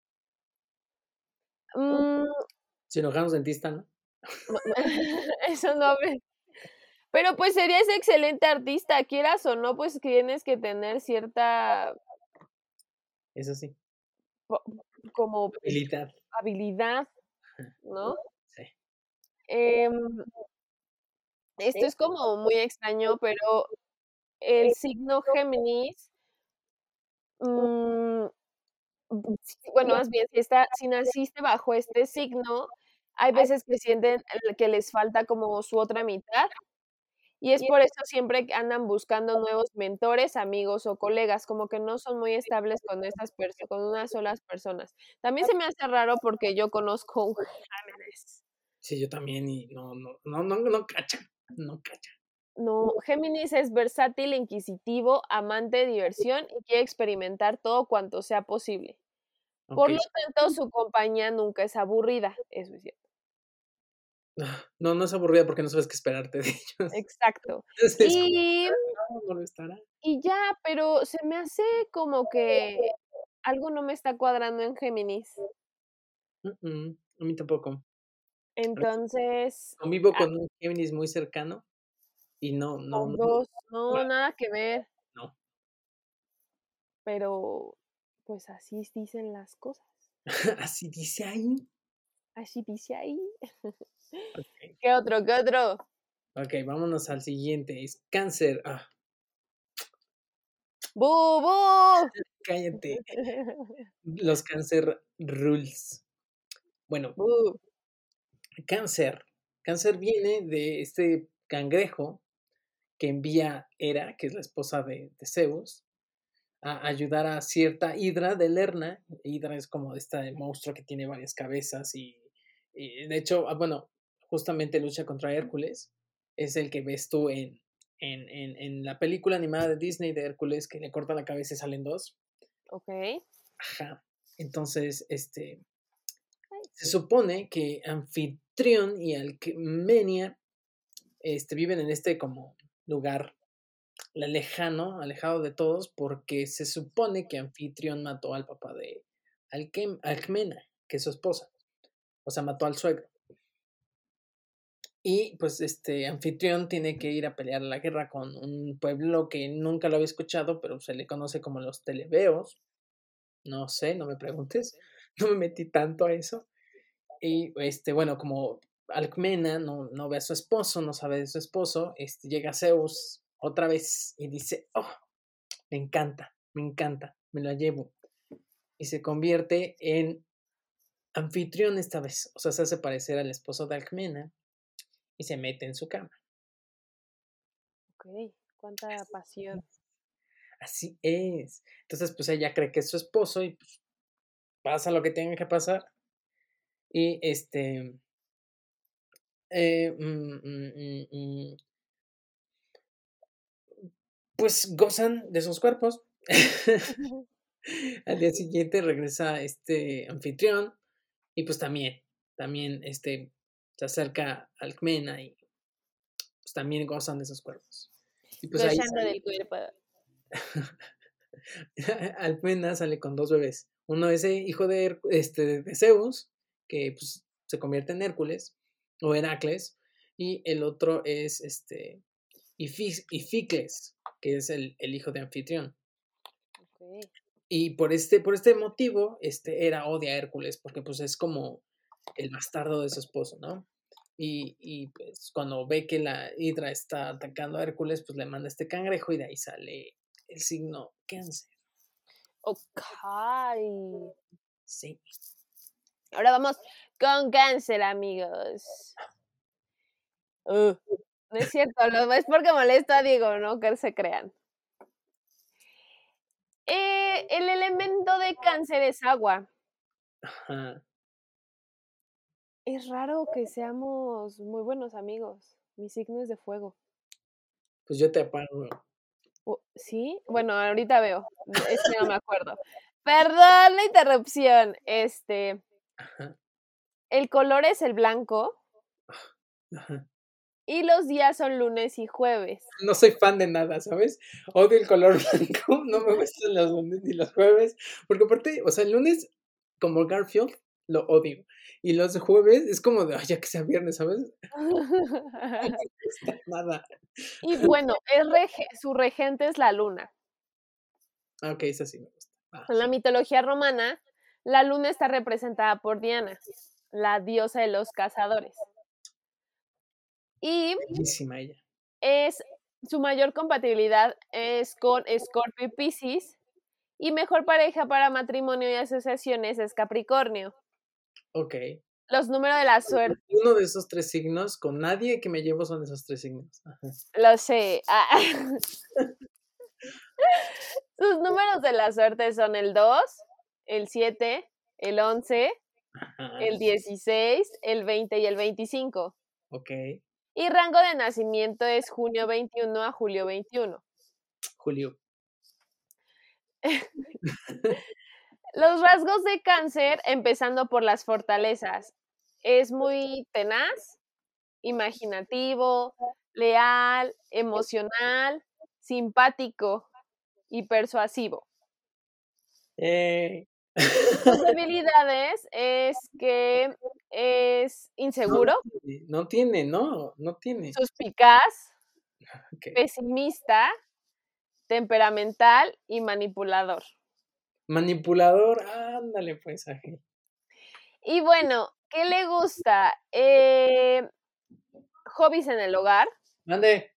Mm, Cirujano dentista, ¿no? eso no me... Pero pues serías excelente artista, quieras o no, pues tienes que tener cierta Eso sí. po- como Habilidad. habilidad, ¿no? Sí. Em, esto es como muy extraño, pero el signo Géminis, mm, sí, bueno, más bien, si, está, si naciste bajo este signo, hay veces que sienten el- que les falta como su otra mitad, y es por eso siempre que andan buscando nuevos mentores, amigos o colegas, como que no son muy estables con estas perso con unas solas personas. También se me hace raro porque yo conozco un Géminis. Sí, yo también, y no, no, no, no, no cacha. No cacha. No, Géminis es versátil, inquisitivo, amante de diversión y quiere experimentar todo cuanto sea posible. Por Ok. lo tanto, su compañía nunca es aburrida, eso es cierto. No, no es aburrida porque no sabes qué esperarte de ellos. Exacto. Es es como, Y, no, no lo estará. y ya, pero se me hace como que algo no me está cuadrando en Géminis. Mm, mm, a mí tampoco. Entonces, Convivo ah, con un Géminis muy cercano y no, no, por no, dos, no, nada que ver, no. pero pues así dicen las cosas. Así dice ahí. Así dice ahí. Ok, ¿Qué otro? ¿Qué otro? ok, vámonos al siguiente. Es cáncer. Ah, ¡Bu, bu! cállate. Los cáncer rules. Bueno, ¡Bu! cáncer. Cáncer viene de este cangrejo que envía Hera, que es la esposa de, de Zeus, a ayudar a cierta Hidra de Lerna. Hidra es como este monstruo que tiene varias cabezas y, y de hecho, ah, bueno, justamente lucha contra Hércules. Es el que ves tú en, en, en, en la película animada de Disney de Hércules, que le corta la cabeza y salen dos. Ok. Ajá. Entonces, este, se supone que Anfitrión y Alcmenia este, viven en este como lugar lejano, alejado de todos, porque se supone que Anfitrión mató al papá de Alquem- Alcmena, que es su esposa, o sea, mató al suegro. Y pues este Anfitrión tiene que ir a pelear la guerra con un pueblo que nunca lo había escuchado, pero se le conoce como los Telebeos. no sé, no me preguntes, no me metí tanto a eso. Y, este, bueno, como Alcmena no, no ve a su esposo, no sabe de su esposo, este, llega Zeus otra vez y dice, oh, me encanta, me encanta, me la llevo. Y se convierte en anfitrión esta vez, o sea, se hace parecer al esposo de Alcmena y se mete en su cama. Ok, cuánta pasión. Así es. Entonces, pues ella cree que es su esposo y pues pasa lo que tenga que pasar. Y este, eh, mm, mm, mm, mm, pues gozan de sus cuerpos. Al día siguiente regresa este anfitrión y pues también, también este, se acerca a Alcmena y pues también gozan de sus cuerpos. Y pues ahí Gozando sale, del cuerpo. Alcmena sale con dos bebés. Uno es el hijo de, Her- este, de Zeus, que pues se convierte en Hércules o Heracles, y el otro es este Ifis- Ificles, que es el, el hijo de Anfitrión. Ok. Y por este, por este motivo, este Hera odia a Hércules, porque pues es como el bastardo de su esposo, ¿no? Y, y pues cuando ve que la Hidra está atacando a Hércules, pues le manda este cangrejo y de ahí sale el signo cáncer. Ok. Sí. Ahora vamos con cáncer, amigos. Uh, no es cierto, no es porque molesta a Diego, no que se crean. Eh, el elemento de cáncer es agua. Ajá. Es raro que seamos muy buenos amigos. Mi signo es de fuego. Pues yo te apago. Oh, ¿sí? Bueno, ahorita veo. Es que no me acuerdo. Perdón la interrupción. Este, Ajá. el color es el blanco Ajá. y los días son lunes y jueves. No soy fan de nada, ¿sabes? Odio el color blanco, no me gustan los lunes ni los jueves, porque aparte, o sea, el lunes, como Garfield, lo odio. Y los jueves es como de, ay, ya que sea viernes, ¿sabes? No me gusta nada. Y bueno, es rege- su regente es la luna. Ah, ok, esa sí me gusta. Ah, En la mitología romana, la luna está representada por Diana, la diosa de los cazadores. Y bellísima ella. es su mayor compatibilidad es con Escorpio y Piscis. Y mejor pareja para matrimonio y asociaciones es Capricornio. Ok. Los números de la suerte, Uno de esos tres signos, con nadie que me llevo son esos tres signos. Ajá. lo sé. Ah. Sus números de la suerte son el dos, el siete, el once, Ajá. el dieciséis, el veinte y el veinticinco. Ok. Y rango de nacimiento es junio veintiuno a julio veintiuno. Julio. Los rasgos de cáncer, empezando por las fortalezas. Es muy tenaz, imaginativo, leal, emocional, simpático y persuasivo. Eh. Sus debilidades es que es No inseguro, tiene, no tiene, no, no tiene. suspicaz, Ok. pesimista, temperamental y manipulador. Manipulador, ándale pues, Ángel. Y bueno, ¿qué le gusta? Eh, hobbies en el hogar. Mande.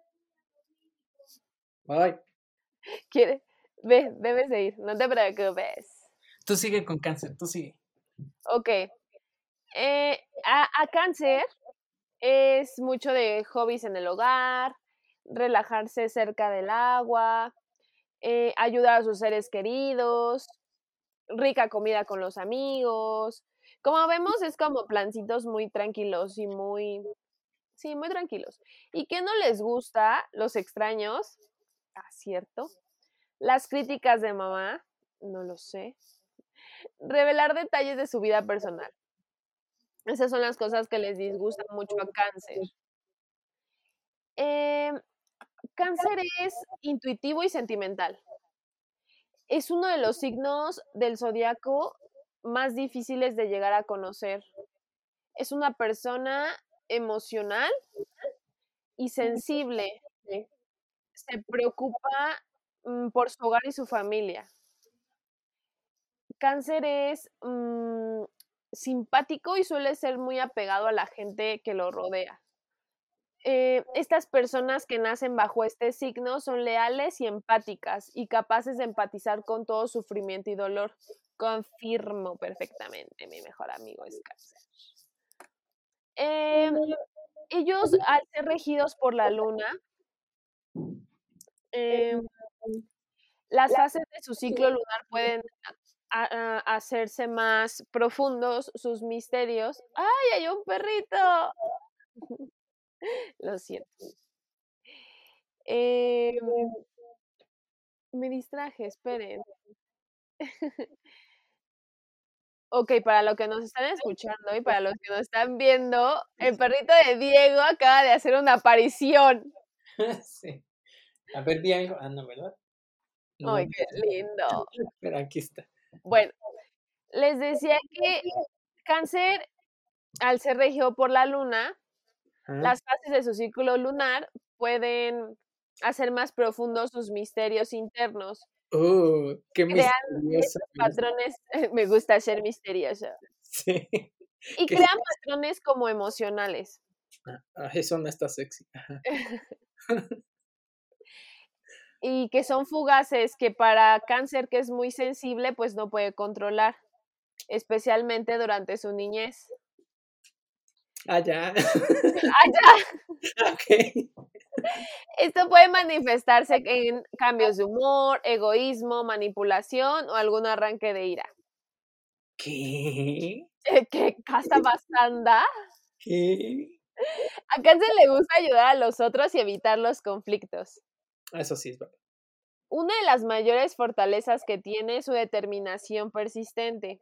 Bye. ¿Quiere? Ve, debes de ir, no te preocupes. Tú sigue con cáncer, tú sigue. Ok. Eh, a, a cáncer es mucho de hobbies en el hogar, relajarse cerca del agua, eh, ayudar a sus seres queridos, rica comida con los amigos. Como vemos, es como plancitos muy tranquilos y muy, sí, muy tranquilos. ¿Y qué no les gusta? Los extraños, ah, cierto. Las críticas de mamá, no lo sé. Revelar detalles de su vida personal. Esas son las cosas que les disgustan mucho a cáncer. Eh, Cáncer es intuitivo y sentimental. Es uno de los signos del zodiaco más difíciles de llegar a conocer. Es una persona emocional y sensible. Sí. Se preocupa mm, por su hogar y su familia. Cáncer es mmm, simpático y suele ser muy apegado a la gente que lo rodea. Eh, estas personas que nacen bajo este signo son leales y empáticas y capaces de empatizar con todo sufrimiento y dolor. Confirmo perfectamente, mi mejor amigo es Cáncer. Eh, ellos, al ser regidos por la luna, eh, las fases de su ciclo lunar pueden a, a, hacerse más profundos, sus misterios. ¡Ay, hay un perrito! Lo siento. Eh, me distraje, esperen. Ok, para los que nos están escuchando y para los que nos están viendo, el perrito de Diego acaba de hacer una aparición. Sí. A ver, Diego. Ah, no, ¿verdad? No. Ay, qué lindo. Pero aquí está. Bueno, les decía que Cáncer, al ser regido por la luna, ¿Ah? las fases de su círculo lunar pueden hacer más profundos sus misterios internos. ¡Oh, qué Crean misterioso! estos patrones, me gusta ser misteriosa. Sí. Y ¿Qué crean es? patrones como emocionales. Ah, eso no está sexy. Ajá. Y que son fugaces, que para Cáncer, que es muy sensible, pues no puede controlar, especialmente durante su niñez. Ah, ya. ¡Ah, ya! Ok. Esto puede manifestarse en cambios de humor, egoísmo, manipulación o algún arranque de ira. ¿Qué? ¿Qué casa bastante? ¿Qué? A Cáncer le gusta ayudar a los otros y evitar los conflictos. Eso sí es verdad. Una de las mayores fortalezas que tiene es su determinación persistente.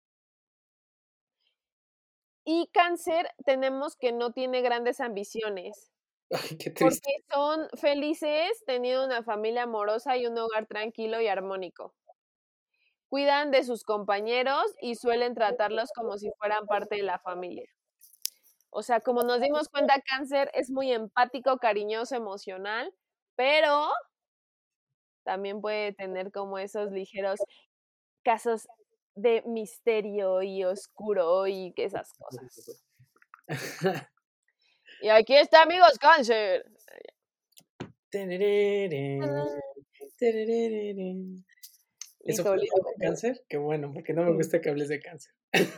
Y Cáncer tenemos que no tiene grandes ambiciones. Ay, qué triste. Porque son felices teniendo una familia amorosa y un hogar tranquilo y armónico. Cuidan de sus compañeros y suelen tratarlos como si fueran parte de la familia. O sea, como nos dimos cuenta, Cáncer es muy empático, cariñoso, emocional, pero también puede tener como esos ligeros casos de misterio y oscuro y esas cosas. Y aquí está, amigos, Cáncer. ¿Eso fue todo de Cáncer? Qué bueno, porque no me gusta que hables de Cáncer.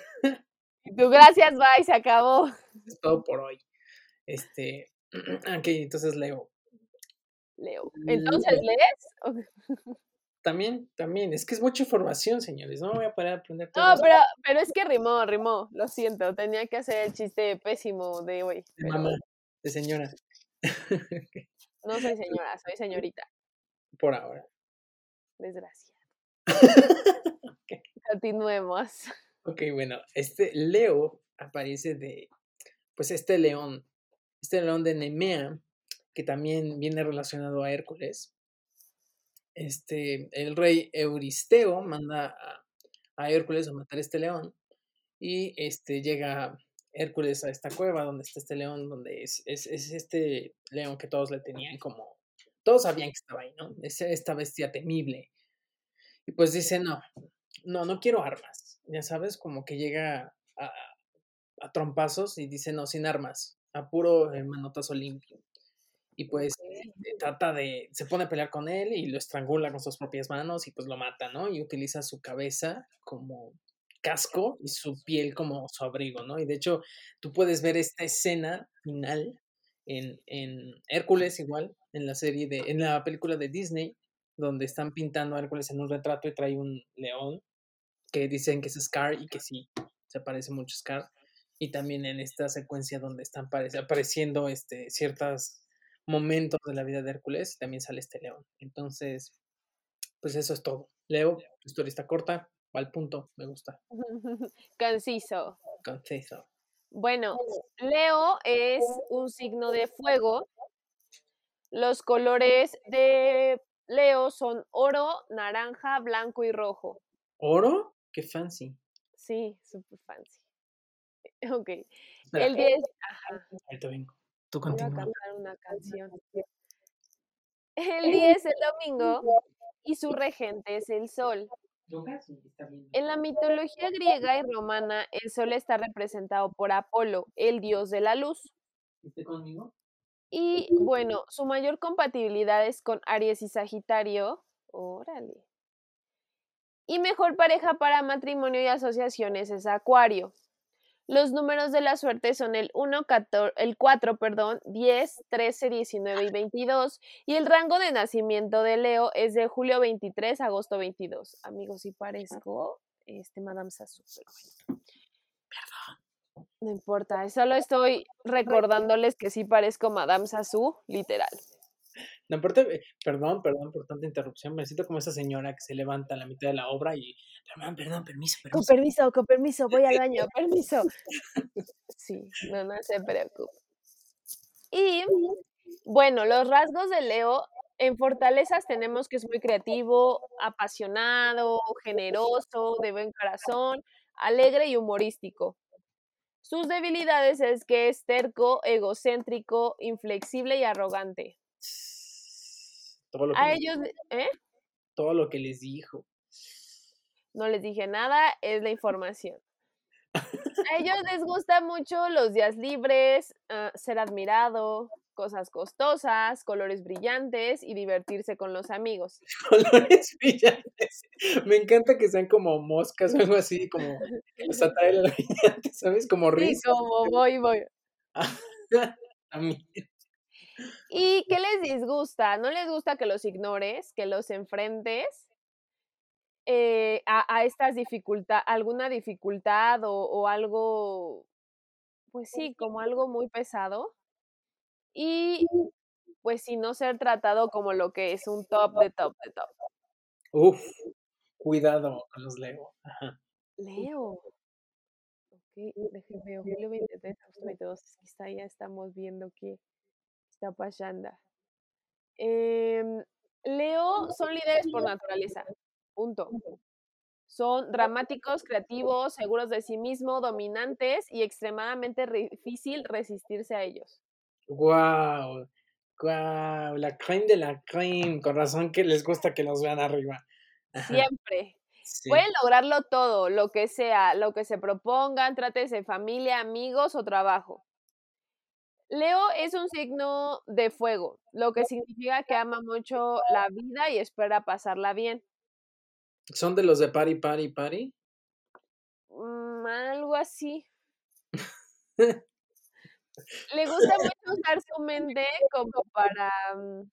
Y tú, gracias, bye, se acabó. Es todo por hoy. Este, ok, entonces Leo. Leo. ¿Entonces lees? También, también, es que es mucha información, señores, no me voy a parar a aprender todo. No, pero, pero es que rimó, rimó, lo siento, tenía que hacer el chiste pésimo de hoy. De Pero mamá, de señora. no soy señora, soy señorita. Por ahora. Desgracia. Okay. Continuemos. Ok, bueno, este Leo aparece de, pues este león, este león de Nemea, que también viene relacionado a Hércules. Este, el rey Euristeo manda a, a Hércules a matar a este león y este, llega Hércules a esta cueva donde está este león, donde es, es, es este león que todos le tenían como, todos sabían que estaba ahí, ¿no? Es esta bestia temible. Y pues dice, no, no, no quiero armas, ya sabes, como que llega a, a trompazos y dice, no, sin armas, a puro eh, manotazo limpio. Y pues este, trata de, se pone a pelear con él y lo estrangula con sus propias manos y pues lo mata, ¿no? Y utiliza su cabeza como casco y su piel como su abrigo, ¿no? Y de hecho tú puedes ver esta escena final en, en Hércules igual, en la serie de, en la película de Disney, donde están pintando a Hércules en un retrato y trae un león que dicen que es Scar y que sí, se parece mucho a Scar. Y también en esta secuencia donde están apareciendo este, ciertos momentos de la vida de Hércules, también sale este león. Entonces, pues eso es todo. Leo, la historia está corta, va al punto, me gusta. Conciso. Conciso. Bueno, Leo es un signo de fuego. Los colores de Leo son oro, naranja, blanco y rojo. ¿Oro? Qué fancy. Sí, super fancy. Ok. Espera. El diez. Ajá. Ahí te vengo. Tú Iba a continúa. cantar una canción. El diez es el domingo y su regente es el sol. En la mitología griega y romana, el sol está representado por Apolo, el dios de la luz. ¿Viste conmigo? Y bueno, su mayor compatibilidad es con Aries y Sagitario. Órale. Y mejor pareja para matrimonio y asociaciones es Acuario. Los números de la suerte son el uno, catorce, el cuatro, perdón, diez, trece, diecinueve y veintidós. Y el rango de nacimiento de Leo es de julio veintitrés a agosto veintidós. Amigos, sí parezco este, Madame Sassou, pero bueno. Perdón. No importa, solo estoy recordándoles que sí parezco Madame Sassou, literal. No importa, eh, perdón, perdón por tanta interrupción. Me siento como esa señora que se levanta a la mitad de la obra y, perdón, perdón, permiso, Con permiso. permiso, con permiso, voy al baño, permiso. Sí, no, no se preocupe. Y bueno, los rasgos de Leo en fortalezas tenemos que es muy creativo, apasionado, generoso, de buen corazón, alegre y humorístico. Sus debilidades es que es terco, egocéntrico, inflexible y arrogante. Todo lo que A les, ellos, ¿eh? todo lo que les dijo. No les dije nada, es la información. A ellos les gustan mucho los días libres, uh, ser admirado, cosas costosas, colores brillantes y divertirse con los amigos. Colores brillantes. Me encanta que sean como moscas o algo así, como que los atrae la brillante, ¿sabes? Como Sí, risas. como voy, voy. A mí. ¿Y qué les disgusta? ¿No les gusta que los ignores, que los enfrentes eh, a, a estas dificultades, alguna dificultad o, o algo, pues sí, como algo muy pesado? Y pues sí, no ser tratado como lo que es un top de top de top. Uf, cuidado con los Leo. Ajá. Leo. Ok, déjenme ver, julio veintitrés, agosto veintidós, quizá ya estamos viendo qué está pasando. Em, Leo son líderes por naturaleza, punto. Son dramáticos, creativos, seguros de sí mismo, dominantes y extremadamente re- difícil resistirse a ellos. Guau, guau, la crème de la crème. Con razón que les gusta que los vean arriba. Ajá. Siempre. Sí. Pueden lograrlo todo, lo que sea, lo que se propongan, trátese de familia, amigos o trabajo. Leo es un signo de fuego, lo que significa que ama mucho la vida y espera pasarla bien. ¿Son de los de party, party, party? Mm, algo así. Le gusta mucho usar su mente como para, mm,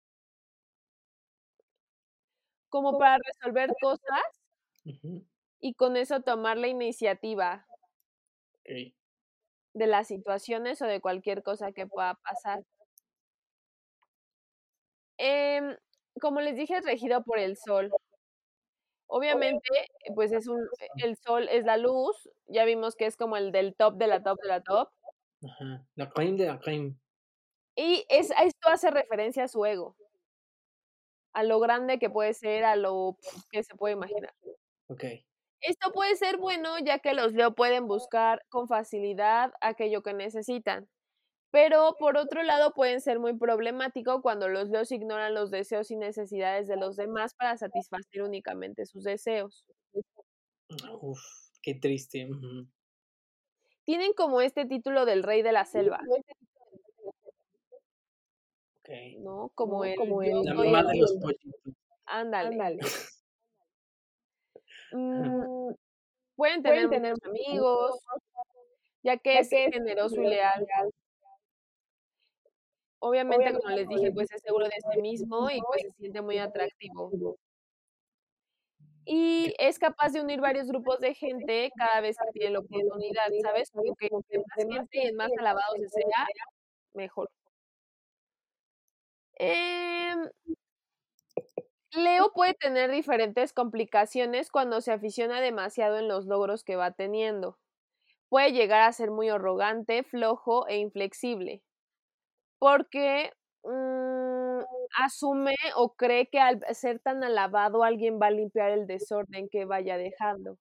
como para resolver cosas Ujú, y con eso tomar la iniciativa okey. de las situaciones o de cualquier cosa que pueda pasar. Em, Como les dije, es regido por el sol. Obviamente, pues es un e el sol es la luz, ya vimos que es como el del top de la top de la top, Ajá. La crème de la crème. y es a esto hace referencia a su ego, a lo grande que puede ser, a lo que se puede imaginar. Okey. Esto puede ser bueno, ya que los Leo pueden buscar con facilidad aquello que necesitan, pero por otro lado pueden ser muy problemático cuando los Leos ignoran los deseos y necesidades de los demás para satisfacer únicamente sus deseos. Uf, qué triste. Ujú. Tienen como este título del rey de la selva, Okey. ¿no? Como el yo La soy mamá el de los pollitos. ándale. Ajá. Mm, pueden tener muchos amigos, ya que es generoso y leal. Obviamente, como les dije, pues es seguro de sí mismo y pues se siente muy atractivo. Y es capaz de unir varios grupos de gente cada vez que tiene la oportunidad, ¿sabes? Como que entre más gente y en más alabado se sea, mejor. Em, Leo puede tener diferentes complicaciones cuando se aficiona demasiado en los logros que va teniendo. Puede llegar a ser muy arrogante, flojo e inflexible, porque mm, asume o cree que al ser tan alabado alguien va a limpiar el desorden que vaya dejando.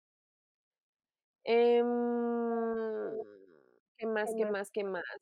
Em, ¿Qué más? ¿Qué más? ¿Qué más?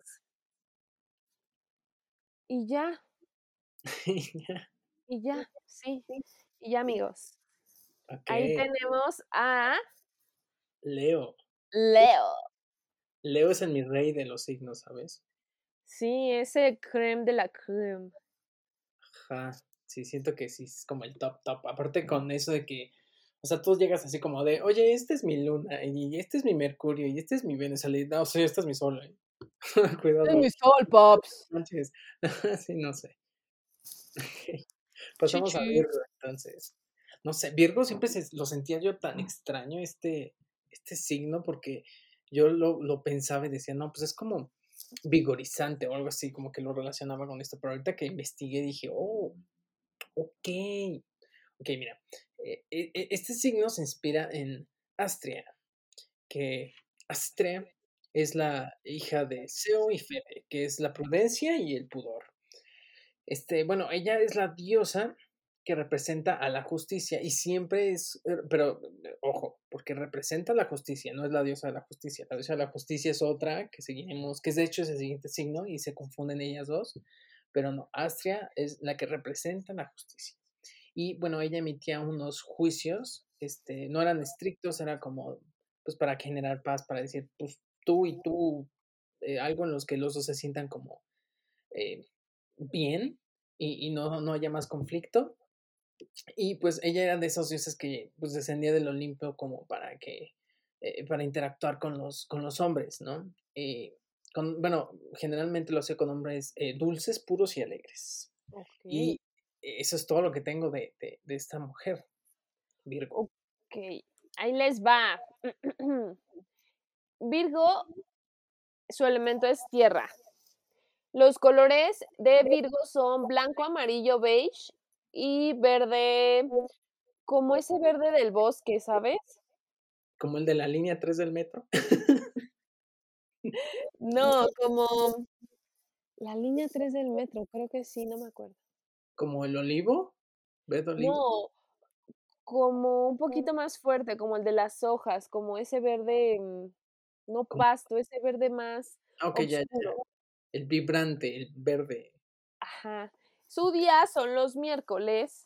Y ya, y ya, sí, y ya, amigos. Ahí Ok. tenemos a Leo. Leo. Leo es el mi rey de los signos, ¿sabes? Sí, ese creme de la creme. Ajá. Sí, siento que sí es como el top, top. Aparte con eso de que, o sea, tú llegas así como de, oye, este es mi luna, y este es mi Mercurio, y este es mi Venus. No, o sea, este es mi sol. ¿eh? Es Cuidado. mi sol, pops. Manches. Sí, no sé. Ok. Pasamos a Chichi. Virgo, entonces. No sé, Virgo siempre se, lo sentía yo tan extraño, este, este signo, porque yo lo, lo pensaba y decía, no, pues es como vigorizante o algo así, como que lo relacionaba con esto. Pero ahorita que investigué dije, oh, ok. Ok, mira, eh, eh, eh, este signo se inspira en Astrea, que Astrea es la hija de Zeo y Febe, que es la prudencia y el pudor. Este, bueno, ella es la diosa que representa a la justicia y siempre es, eh, pero eh, ojo, porque representa la justicia, no es la diosa de la justicia. La diosa de la justicia es otra que seguiremos, que es de hecho es el siguiente signo y se confunden ellas dos, pero no, Astrea es la que representa la justicia. Y bueno, ella emitía unos juicios, este, no eran estrictos, era como, pues para generar paz, para decir, pues tú y tú, eh, algo en los que los dos se sientan como eh, bien y, y no, no haya más conflicto. Y pues ella era de esos dioses que pues descendía del Olimpo como para que, eh, para interactuar con los, con los hombres, ¿no? Eh, con, bueno, generalmente lo hacía con hombres eh, dulces, puros y alegres. Ok, Y eso es todo lo que tengo de, de, de esta mujer, Virgo. ok. Ahí les va. Virgo, su elemento es tierra. Los colores de Virgo son blanco, amarillo, beige y verde, como ese verde del bosque, ¿sabes? Como el de la línea tres del metro. No, como la línea tres del metro, creo que sí, no me acuerdo. Como el olivo. ¿Verde olivo? No, como un poquito más fuerte, como el de las hojas, como ese verde, mm, no Como, pasto, ese verde más ah, ok, ya, ya. oscuro. El vibrante, el verde. Ajá. Su día son los miércoles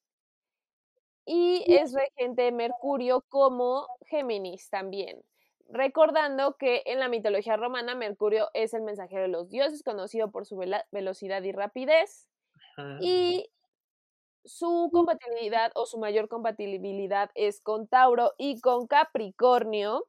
y es regente de Mercurio como Géminis también. Recordando que en la mitología romana Mercurio es el mensajero de los dioses, conocido por su vela- velocidad y rapidez, Ajá. y su compatibilidad o su mayor compatibilidad es con Tauro y con Capricornio,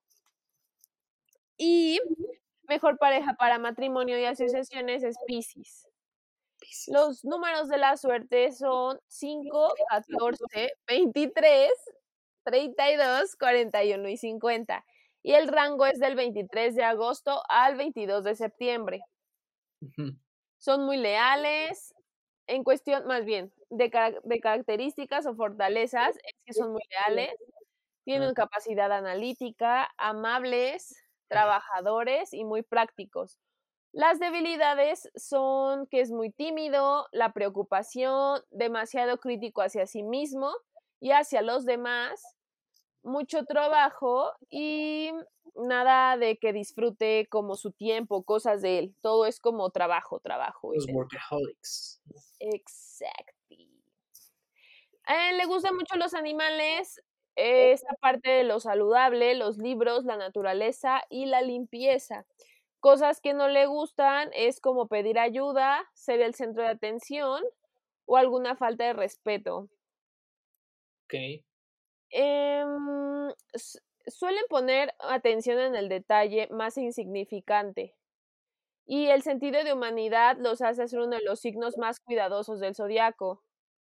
y mejor pareja para matrimonio y asociaciones es Piscis. Piscis. Los números de la suerte son cinco, catorce, veintitrés, treinta y dos, cuarenta y uno y cincuenta. Y el rango es del veintitrés de agosto al veintidós de septiembre. Ujú. Son muy leales, en cuestión, más bien, de, car- de características o fortalezas, es que son muy leales, Ah, tienen capacidad analítica, amables, trabajadores y muy prácticos. Las debilidades son que es muy tímido, la preocupación, demasiado crítico hacia sí mismo y hacia los demás, mucho trabajo y nada de que disfrute como su tiempo, cosas de él. Todo es como trabajo, trabajo. los Y workaholics. exacto. A él le gustan mucho los animales, eh, esta parte de lo saludable, los libros, la naturaleza y la limpieza. Cosas que no le gustan es como pedir ayuda, ser el centro de atención o alguna falta de respeto. Ok. Em, s- Suelen poner atención en el detalle más insignificante y el sentido de humanidad los hace ser uno de los signos más cuidadosos del zodiaco.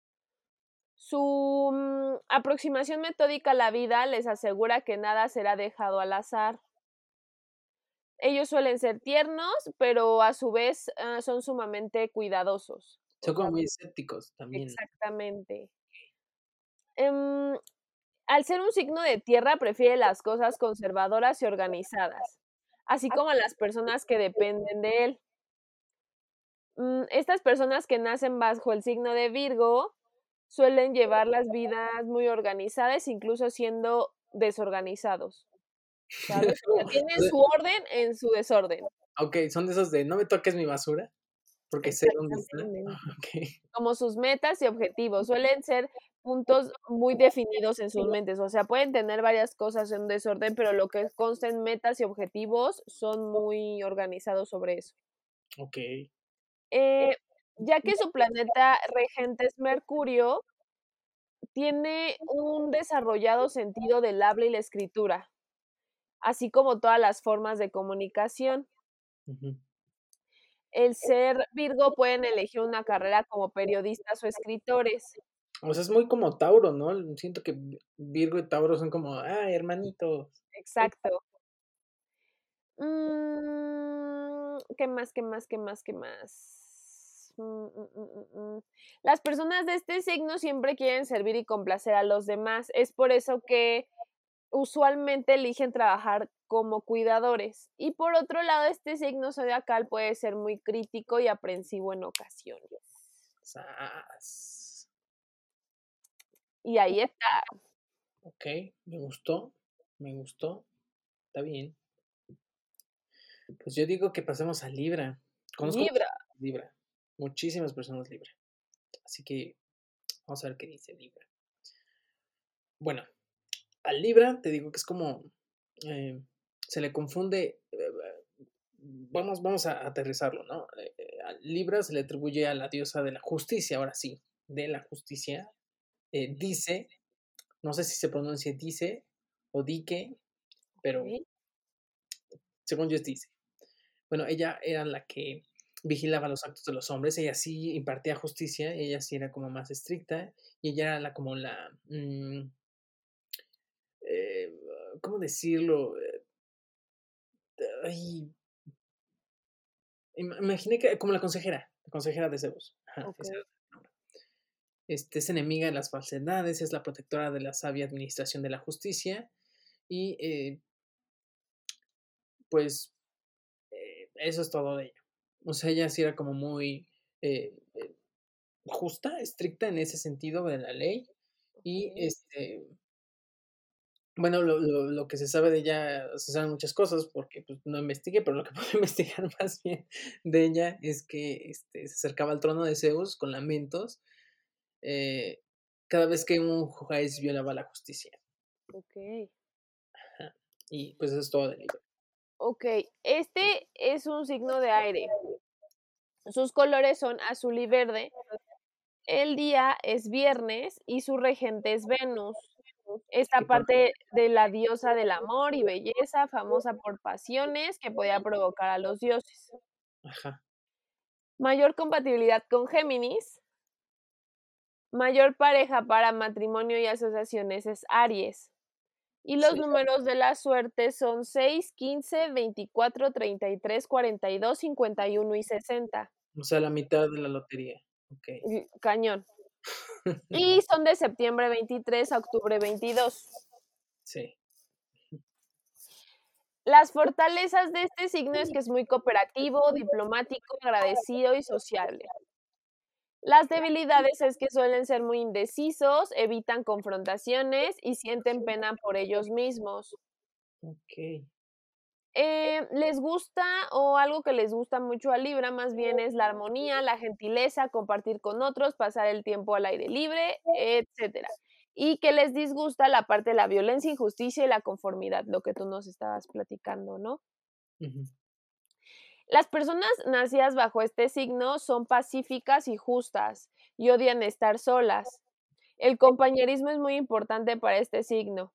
Su mm, aproximación metódica a la vida les asegura que nada será dejado al azar. Ellos suelen ser tiernos, pero a su vez ah, son sumamente cuidadosos. O Son sea, como muy escépticos también. exactamente. Em, Al ser un signo de tierra, prefiere las cosas conservadoras y organizadas, así como a las personas que dependen de él. Mm, estas personas que nacen bajo el signo de Virgo suelen llevar las vidas muy organizadas, incluso siendo desorganizados, ¿sabes? O sea, O tienen sea, su orden en su desorden. ok, son de esos de no me toques mi basura porque sé dónde está. Exactamente. Ok. Como sus metas y objetivos. Suelen ser puntos muy definidos en sus mentes. O sea, pueden tener varias cosas en desorden, pero lo que consta en metas y objetivos son muy organizados sobre eso. Ok. Eh, ya que su planeta regente es Mercurio, tiene un desarrollado sentido del habla y la escritura, así como todas las formas de comunicación. Ujú. El ser Virgo pueden elegir una carrera como periodistas o escritores. O sea, es muy como Tauro, ¿no? Siento que Vi Virgo y Tauro son como, ay, hermanitos. Exacto. Mm, ¿qué más, qué más, qué más, qué más? Mm, mm, mm, mm, mm. Las personas de este signo siempre quieren servir y complacer a los demás. Es por eso que usualmente eligen trabajar como cuidadores. Y por otro lado, este signo zodiacal puede ser muy crítico y aprensivo en ocasiones. Sas. Y ahí está. Ok, me gustó, me gustó, está bien. Pues yo digo que pasemos a Libra. Conozco muchas Libra. personas Libra, muchísimas personas Libra. Así que vamos a ver qué dice Libra. Bueno, al Libra te digo que es como, eh, se le confunde, eh, vamos, vamos a aterrizarlo, ¿no? Eh, eh, a Libra se le atribuye a la diosa de la justicia, ahora sí, de la justicia. Eh, dice, no sé si se pronuncia dice o dique, pero Ok. según yo es dice. Bueno, ella era la que vigilaba los actos de los hombres, ella sí impartía justicia, ella sí era como más estricta, y ella era la como la, mm, eh, ¿cómo decirlo? Eh, ay, ima imaginé que como la consejera, la consejera de Zeus. Ajá, Ok. esa era el nombre. Este, es enemiga de las falsedades, es la protectora de la sabia administración de la justicia y, eh, pues, eh, eso es todo de ella. O sea, ella sí era como muy, eh, eh, justa, estricta en ese sentido de la ley y, Ok. este, bueno, lo lo lo que se sabe de ella, se saben muchas cosas porque, pues, no investigué, pero lo que puedo investigar más bien de ella es que, este, se acercaba al trono de Zeus con lamentos, eh, cada vez que un juez violaba la justicia. Ok. Ajá. Y, pues, eso es todo del libro. Ok. Este es un signo de aire. Sus colores son azul y verde. El día es viernes y su regente es Venus. Esta Qué padre. parte de la diosa del amor y belleza, famosa por pasiones que podía provocar a los dioses. Ajá. Mayor compatibilidad con Géminis. Mayor pareja para matrimonio y asociaciones es Aries. Y los Sí. números de la suerte son seis, quince, veinticuatro, treinta y tres, cuarenta y dos, cincuenta y uno y sesenta. O sea, la mitad de la lotería. Okey. Y cañón. Y son de septiembre veintitrés a octubre veintidós. Sí. Las fortalezas de este signo es que es muy cooperativo, diplomático, agradecido y sociable. Las debilidades es que suelen ser muy indecisos, evitan confrontaciones y sienten pena por ellos mismos. Okey. Eh, les gusta, o algo que les gusta mucho a Libra, más bien es la armonía, la gentileza, compartir con otros, pasar el tiempo al aire libre, etcétera. Y que les disgusta la parte de la violencia, injusticia y la conformidad, lo que tú nos estabas platicando, ¿no? Ujú. Las personas nacidas bajo este signo son pacíficas y justas y odian estar solas. El compañerismo es muy importante para este signo.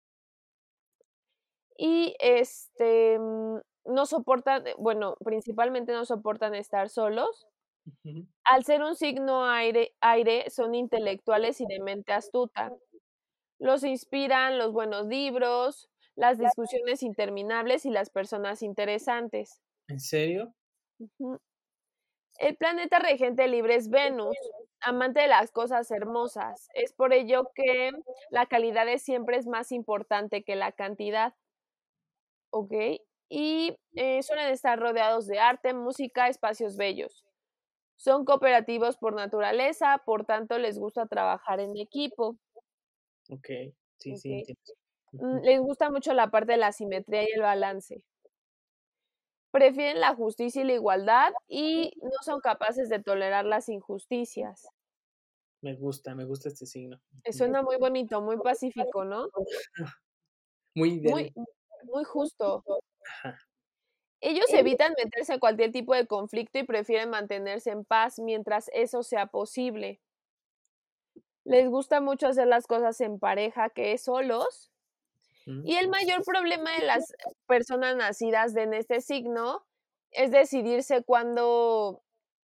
Y, este, mm, no soportan, eh, bueno, principalmente no soportan estar solos. Ujú. Al ser un signo aire aire, son intelectuales y de mente astuta. Los inspiran los buenos libros, las discusiones interminables y las personas interesantes. ¿En serio? Ujú. El planeta regente libre es Venus, amante de las cosas hermosas. Es por ello que la calidad de siempre es más importante que la cantidad. Okey. Y, eh, suelen estar rodeados de arte, música, espacios bellos. Son cooperativos por naturaleza, por tanto, les gusta trabajar en equipo. Okey. Sí, sí, Okey. entiendo. Mm, Ujú. les gusta mucho la parte de la simetría y el balance. Prefieren la justicia y la igualdad, y no son capaces de tolerar las injusticias. Me gusta, me gusta este signo. Suena muy bonito, muy pacífico, ¿no? Muy Muy, ideal. muy justo. Ajá. Ellos evitan meterse en cualquier tipo de conflicto y prefieren mantenerse en paz mientras eso sea posible. Les gusta mucho hacer las cosas en pareja que solos. Mm. Y el mayor problema de las personas nacidas de en este signo es decidirse cuándo,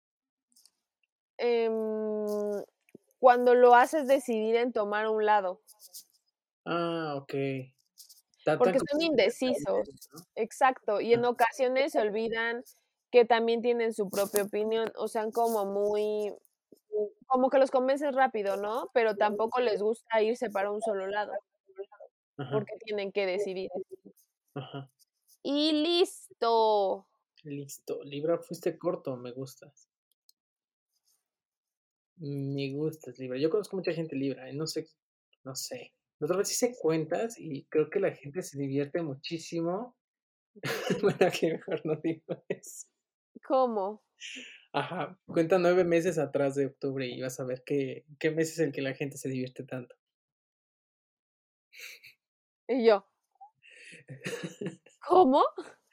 em, cuando lo haces decidir en tomar un lado, Ah, okey. Tratan porque como son de indecisos. defenderse, ¿no? Exacto, y en Ah, ocasiones se olvidan que también tienen su propia opinión, o sean como muy como que los convences rápido, ¿no? Pero tampoco les gusta irse para un solo lado, ajá, porque tienen que decidir. ajá. Y listo. Listo. Libra, fuiste corto, me gustas. Me gustas, Libra. Yo conozco mucha gente Libra, y no sé no sé. La otra vez hice cuentas y creo que la gente se divierte muchísimo. Bueno, aquí mejor no digo eso. ¿Cómo? Ajá, cuenta nueve meses atrás de octubre y vas a ver qué qué mes es el que la gente se divierte tanto. Y yo, ¿cómo?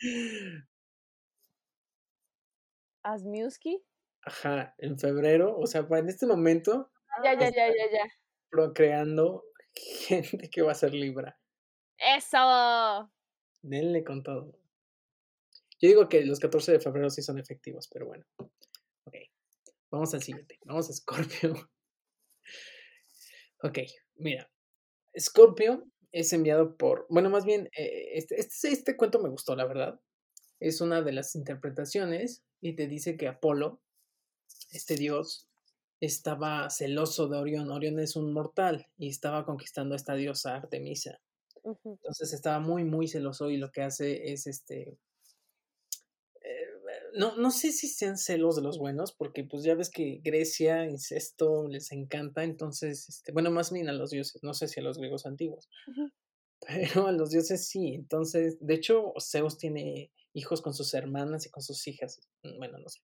¿Asmiuski? Ajá, en febrero, o sea, para en este momento Ya, ya, ya, está ya, ya. procreando gente que va a ser Libra. ¡Eso! Denle con todo. Yo digo que los catorce de febrero sí son efectivos, pero bueno. Okey, vamos al siguiente. Vamos a Escorpio. Okey, mira, Escorpio es enviado por bueno, más bien, eh, este este este cuento me gustó, la verdad. Es una de las interpretaciones y te dice que Apolo, este dios, estaba celoso de Orión. Orión es un mortal y estaba conquistando a esta diosa Artemisa. Ujú. Entonces estaba muy, muy celoso y lo que hace es este Eh, no, no sé si sean celos de los buenos, porque pues ya ves que Grecia, incesto, les encanta, entonces, este, bueno, más bien a los dioses, no sé si a los griegos antiguos, Ujú. pero a los dioses sí, entonces, de hecho, Zeus tiene hijos con sus hermanas y con sus hijas, mm, bueno, no sé,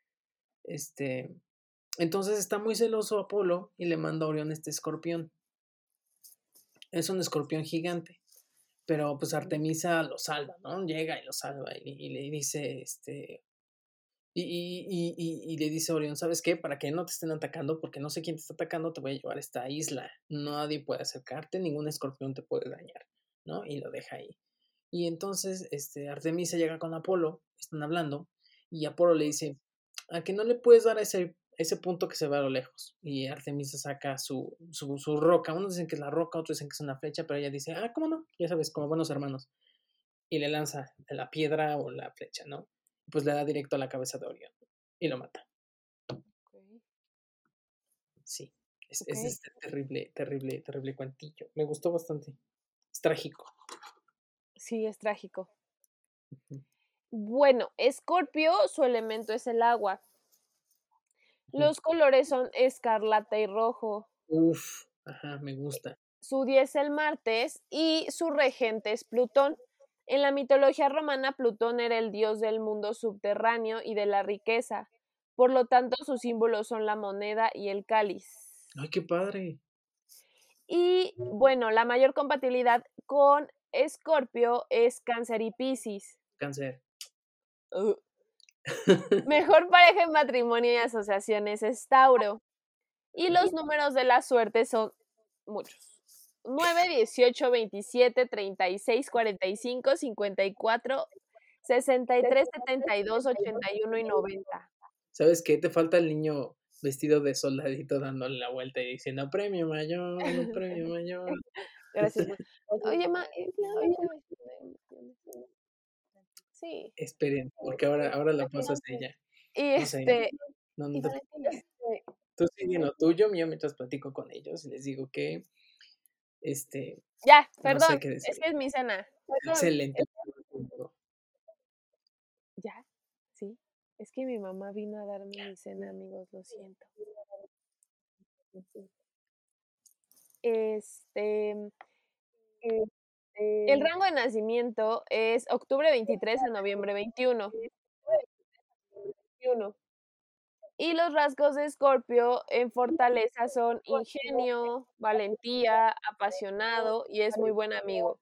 este, entonces está muy celoso Apolo y le manda a Orión este escorpión, es un escorpión gigante, pero pues Artemisa lo salva, ¿no? Llega y lo salva y, y le dice, este, Y y y y y le dice a Orión: "¿Sabes qué? Para que no te estén atacando, porque no sé quién te está atacando, te voy a llevar a esta isla. Nadie puede acercarte, ningún escorpión te puede dañar", ¿no? Y lo deja ahí. Y entonces, este, Artemisa llega con Apolo, están hablando, y Apolo le dice: "¿A que no le puedes dar a ese ese punto que se ve a lo lejos?". Y Artemisa saca su su su roca. Unos dicen que es la roca, otros dicen que es una flecha, pero ella dice: "Ah, ¿cómo no?". Ya sabes, como buenos hermanos. Y le lanza la piedra o la flecha, ¿no? Pues le da directo a la cabeza de Orión y lo mata. Okey, Sí, es es okey. este terrible, terrible, terrible cuentillo. Me gustó bastante. Es trágico. Sí, es trágico. Ujú, Bueno, Escorpio, su elemento es el agua. ujú. Los colores son escarlata y rojo. Uf, ajá, me gusta. Su día es el martes y su regente es Plutón. En la mitología romana, Plutón era el dios del mundo subterráneo y de la riqueza. Por lo tanto, sus símbolos son la moneda y el cáliz. Ay, qué padre. Y bueno, la mayor compatibilidad con Escorpio es Cáncer y Piscis. Cáncer. Uh. Mejor pareja en matrimonio y asociaciones es Tauro. Y los números de la suerte son muchos. Nueve, dieciocho, veintisiete, treinta y seis, cuarenta y cinco, cincuenta y cuatro, sesenta y tres, setenta y dos, ochenta y uno y noventa. ¿Sabes qué? Te falta el niño vestido de soldadito dándole la vuelta y diciendo: "Premio mayor, premio mayor". Gracias, ma. Oye, ma, ¿y la otra vez? Sí. Esperen, porque ahora ahora la pasas a ella. Y No sé, este, no, y no te Valentina. tú sigue en lo tuyo, mío, mientras platico con ellos y les digo que, este, Ya, no sé perdón, qué es decir. que es mi cena. Excelente. Ya, sí. Es que mi mamá vino a darme mi cena, amigos, lo siento. Este, el rango de nacimiento es octubre veintitrés a noviembre veintiuno. Y los rasgos de Escorpio en fortaleza son ingenio, valentía, apasionado y es muy buen amigo.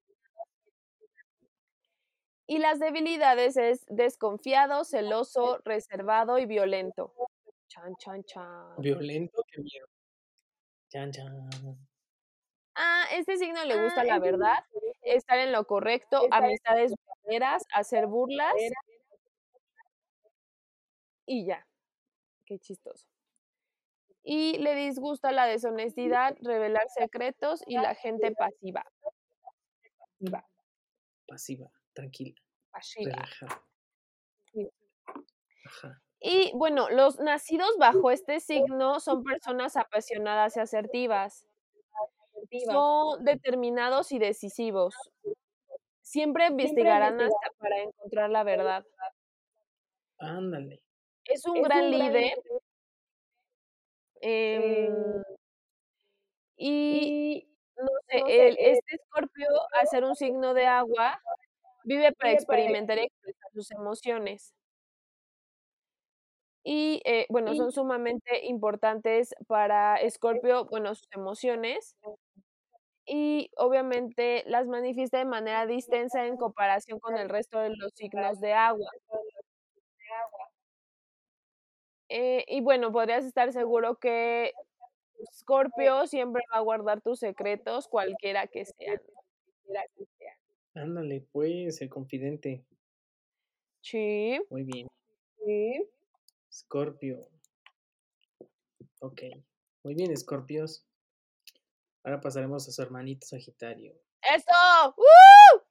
Y las debilidades es desconfiado, celoso, reservado y violento. Chan, chan, chan. Violento, qué miedo. Chan, chan. Ah, este signo le gusta la verdad, estar en lo correcto, amistades verdaderas, hacer burlas y ya. Qué chistoso. Y le disgusta la deshonestidad, revelar secretos y la gente pasiva. Pasiva, tranquila, Pasiva. relajada. Ajá. Y bueno, los nacidos bajo este signo son personas apasionadas y asertivas. Son determinados y decisivos. Siempre investigarán hasta para encontrar la verdad. Ándale. Es un gran líder. Em, y no sé, el, este Escorpio, al ser un signo de agua, vive para experimentar y expresar sus emociones. Y eh, bueno, son sumamente importantes para Escorpio, bueno, sus emociones. Y obviamente las manifiesta de manera distensa en comparación con el resto de los signos de agua. Eh, y bueno, podrías estar seguro que Escorpio siempre va a guardar tus secretos, cualquiera que sean. Ándale, pues, el confidente. Sí. Muy bien. Escorpio. Ok. Muy bien, Escorpios. Ahora pasaremos a su hermanito Sagitario. ¡Eso! ¡Uh!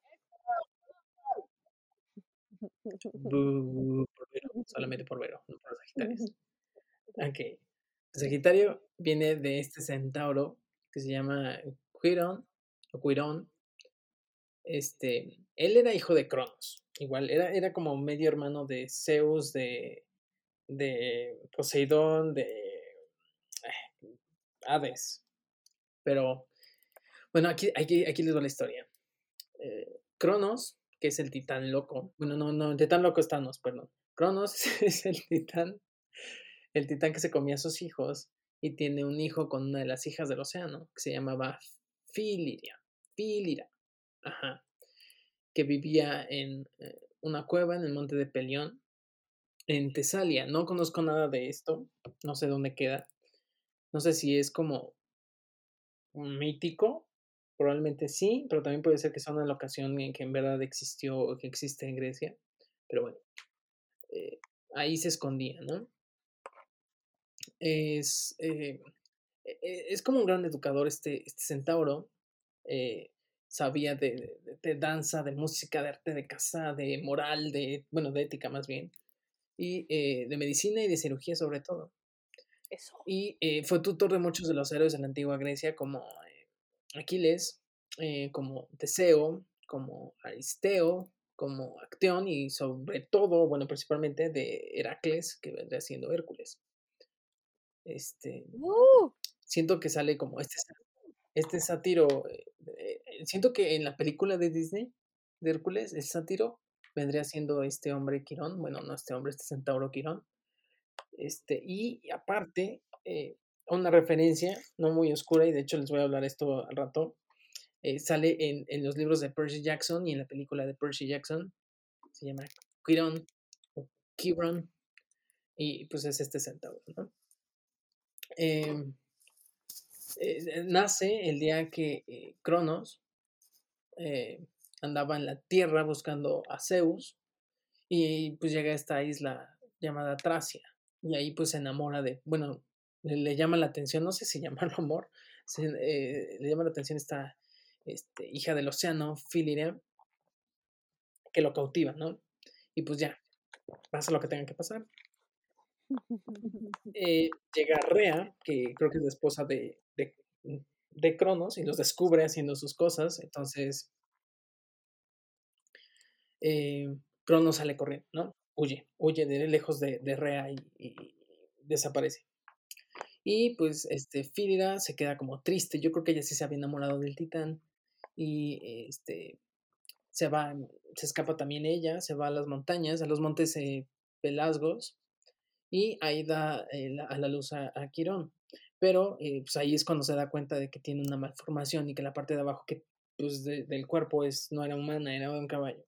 Bu, por Vero, solamente por Vero, no por los Sagitarios. Ok. Sagitario viene de este centauro que se llama Quirón o Quirón. Este, él era hijo de Cronos. Igual, era, era como medio hermano de Zeus, de, de Poseidón, de eh, Hades. Pero, bueno, aquí, aquí, aquí les va la historia. Eh, Cronos, que es el titán loco. Bueno, no, no, el titán loco es Thanos, perdón. Cronos es el titán, el titán que se comía a sus hijos y tiene un hijo con una de las hijas del océano que se llamaba Filiria. Filira. Ajá. Que vivía en eh, una cueva en el monte de Pelión, en Tesalia. No conozco nada de esto, no sé dónde queda. No sé si es como un mítico, probablemente sí, pero también puede ser que sea una locación en que en verdad existió o que existe en Grecia. Pero bueno, eh, ahí se escondía, ¿no? Es, eh, es como un gran educador este, este centauro. Eh, sabía de, de, de, danza, de música, de arte de caza, de moral, de, bueno, de ética más bien, y eh, de medicina y de cirugía sobre todo. Eso. Y eh, fue tutor de muchos de los héroes de la antigua Grecia como eh, Aquiles, eh, como Teseo, como Aristeo, como Acteón y sobre todo, bueno, principalmente de Heracles, que vendría siendo Hércules. Este, uh. Siento que sale como este, este sátiro, eh, eh, siento que en la película de Disney, de Hércules, el sátiro vendría siendo este hombre Quirón, bueno, no este hombre, este centauro Quirón. Este, y aparte, eh, una referencia no muy oscura, y de hecho les voy a hablar esto al rato, eh, sale en, en, los libros de Percy Jackson y en la película de Percy Jackson, se llama Quirón o Chiron, y pues es este centauro, ¿no? Eh, eh, nace el día que eh, Cronos eh, andaba en la tierra buscando a Zeus y pues llega a esta isla llamada Tracia y ahí pues se enamora de, bueno, le, le llama la atención, no sé si llamarlo amor, se, eh, le llama la atención esta este, hija del océano, Filiria, que lo cautiva, ¿no? Y pues ya, pasa lo que tenga que pasar. Eh, llega Rea, que creo que es la esposa de, de, de Cronos, y los descubre haciendo sus cosas, entonces eh, Cronos sale corriendo, ¿no? Huye, huye de lejos de, de Rea y, y, desaparece. Y pues este, Fílida se queda como triste. Yo creo que ella sí se había enamorado del titán. Y este, se va, se escapa también ella, se va a las montañas, a los montes eh, Pelasgos. y ahí da eh, la, a la luz a, a Quirón. Pero eh, pues ahí es cuando se da cuenta de que tiene una malformación y que la parte de abajo que, pues, de, del cuerpo es, no era humana, era un caballo.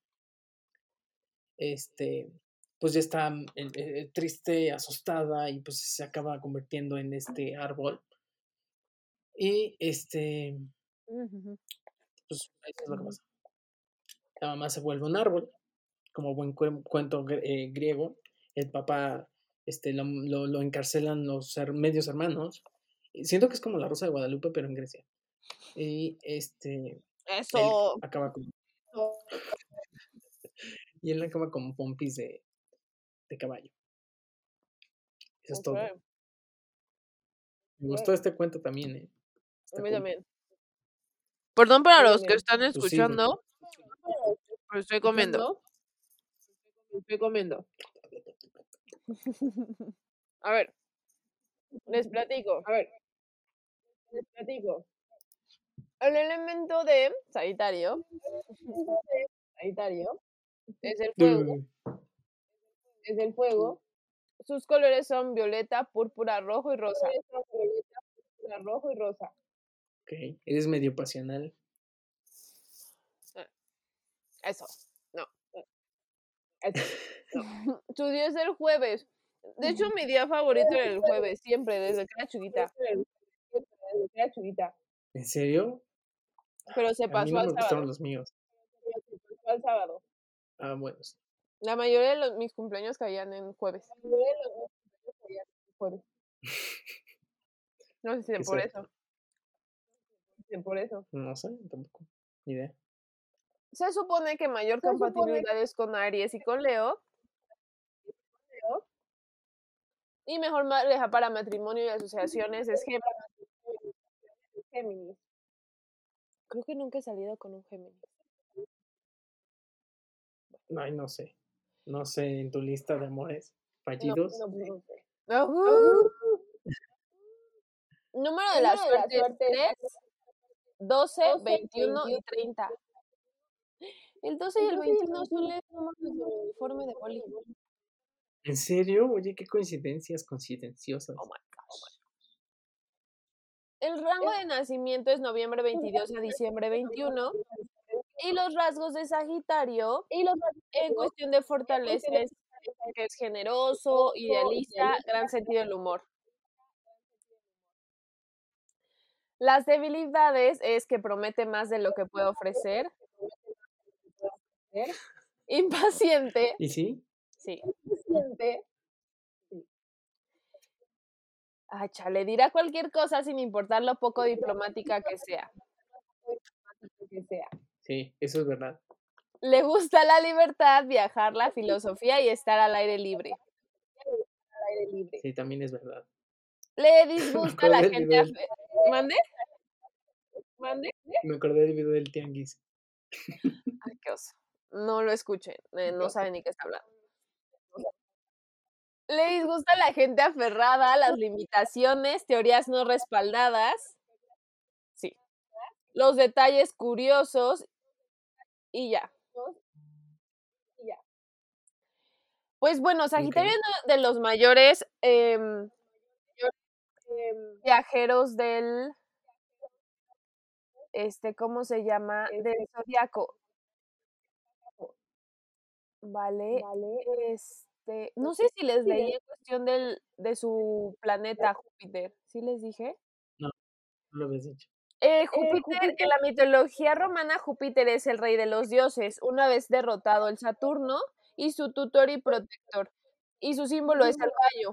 Este, pues ya está eh, eh, triste, asustada y pues se acaba convirtiendo en este árbol. Y este, pues eso es lo que pasa. La mamá se vuelve un árbol, como buen cuento eh, griego. El papá este, lo, lo, lo encarcelan los her medios hermanos. Siento que es como la Rosa de Guadalupe, pero en Grecia. Y este. Eso. Él acaba con. Y él acaba con pompis de, de caballo. Eso es okay. todo. Me gustó este cuento también, ¿eh? Está a mí cool. También. Perdón para los que están escuchando. Pues sí, pero estoy comiendo. Estoy comiendo. A ver. Les platico. A ver. Les platico. El elemento de Sagitario. Sagitario. Es el fuego. Es el fuego. Sus colores son violeta, púrpura, rojo y rosa. Son violeta, púrpura, rojo y rosa. Ok, eres medio pasional. Eso, no. Eso, no. Su día es el jueves. De hecho, mi día favorito era el jueves, siempre, desde que era chiquita. Desde que era chiquita. ¿En serio? Pero se pasó A mí no al me sábado. gustaron los míos. Pero se pasó al sábado. Ah, bueno. La mayoría de los, mis cumpleaños caían en jueves. La mayoría de los mis cumpleaños caían en jueves. No sé si es por eso. Por eso. No sé, tampoco. Ni idea. Se supone que mayor compatibilidad es con Aries y con Leo. Leo. Y mejor pareja para matrimonio y asociaciones es Géminis. Creo que nunca he salido con un Géminis. Ay, no sé. No sé, en tu lista de amores fallidos. No, no, no sé. Uh-huh. Número de la suerte es tres, doce, veintiuno y treinta. El doce y el veintiuno son los números de mi uniforme de poli. ¿En serio? Oye, qué coincidencias coincidenciosas. Oh my gosh. El rango de nacimiento es noviembre veintidós a diciembre veintiuno. Y los rasgos de Sagitario, en cuestión de fortaleza, es que es generoso, idealista, gran sentido del humor. Las debilidades es que promete más de lo que puede ofrecer. Impaciente. ¿Y sí? Sí. Impaciente. Sí. Ay, chale, dirá cualquier cosa sin importar lo poco diplomática que sea. Sí, eso es verdad. Le gusta la libertad, viajar, la filosofía y estar al aire libre. Sí, también es verdad. Le disgusta la gente. Del... ¿Mande? ¿Mande? Me acordé del video del tianguis. Ay, qué oso. No lo escuchen, eh, no saben ni qué está hablando. Le disgusta la gente aferrada, las limitaciones, teorías no respaldadas. Sí. Los detalles curiosos y ya. Y ya. Pues bueno, Sagitario es okay. de los mayores eh, viajeros del, este, ¿cómo se llama? Del zodiaco. Vale. vale. Este, no sé si les leí en cuestión del, de su planeta Júpiter. ¿Sí les dije? No, no lo habías dicho. Eh, Júpiter, eh, Júpiter, en la mitología romana, Júpiter es el rey de los dioses, una vez derrotado el Saturno, y su tutor y protector. Y su símbolo es el rayo.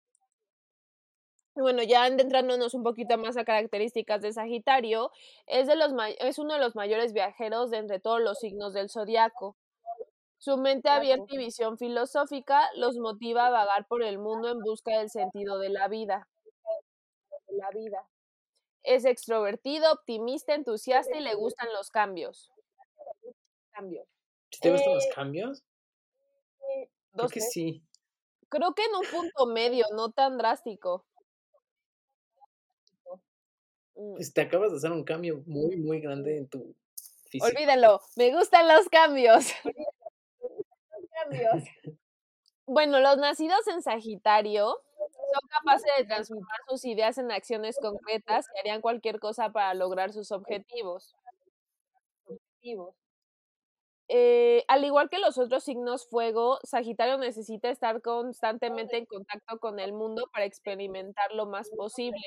Bueno, ya adentrándonos un poquito más a características de Sagitario, es, de los es uno de los mayores viajeros de entre todos los signos del zodiaco. Su mente abierta y visión filosófica los motiva a vagar por el mundo en busca del sentido de la vida. La vida. Es extrovertido, optimista, entusiasta y le gustan los cambios. Cambios. ¿Sí te gustan eh, los cambios? Eh, Creo que sí. Creo que en un punto medio, no tan drástico. Pues te acabas de hacer un cambio muy, muy grande en tu físico. Olvídenlo, me gustan los cambios. cambios. Bueno, los nacidos en Sagitario son capaces de transformar sus ideas en acciones concretas y harían cualquier cosa para lograr sus objetivos. Eh, al igual que los otros signos fuego, Sagitario necesita estar constantemente en contacto con el mundo para experimentar lo más posible.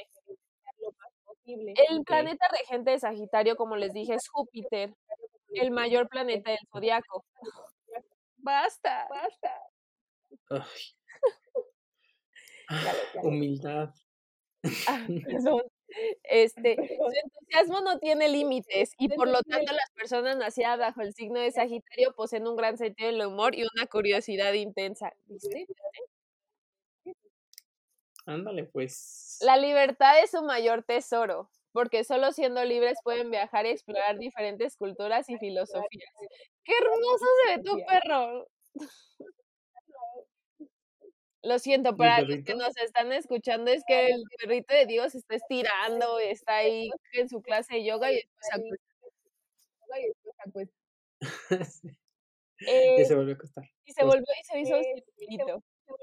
El Ok. planeta regente de Sagitario, como les dije, es Júpiter, el mayor planeta del zodiaco. ¡Basta! Ay, Ya lo ah, humildad. Ah, perdón. Este, su entusiasmo no tiene límites y por lo tanto las personas nacidas bajo el signo de Sagitario poseen un gran sentido del humor y una curiosidad intensa. ¿Viste? Ándale, pues. La libertad es su mayor tesoro, porque solo siendo libres pueden viajar y explorar diferentes culturas y filosofías. ¡Qué hermoso se ve tu perro! Lo siento, ¿Mi para los que perrito? nos están escuchando, es que el perrito de Diego se está estirando, está ahí en su clase de yoga y después se acuesta. Sí. Y Eh, se volvió a acostar. y se volvió y se hizo un circulito.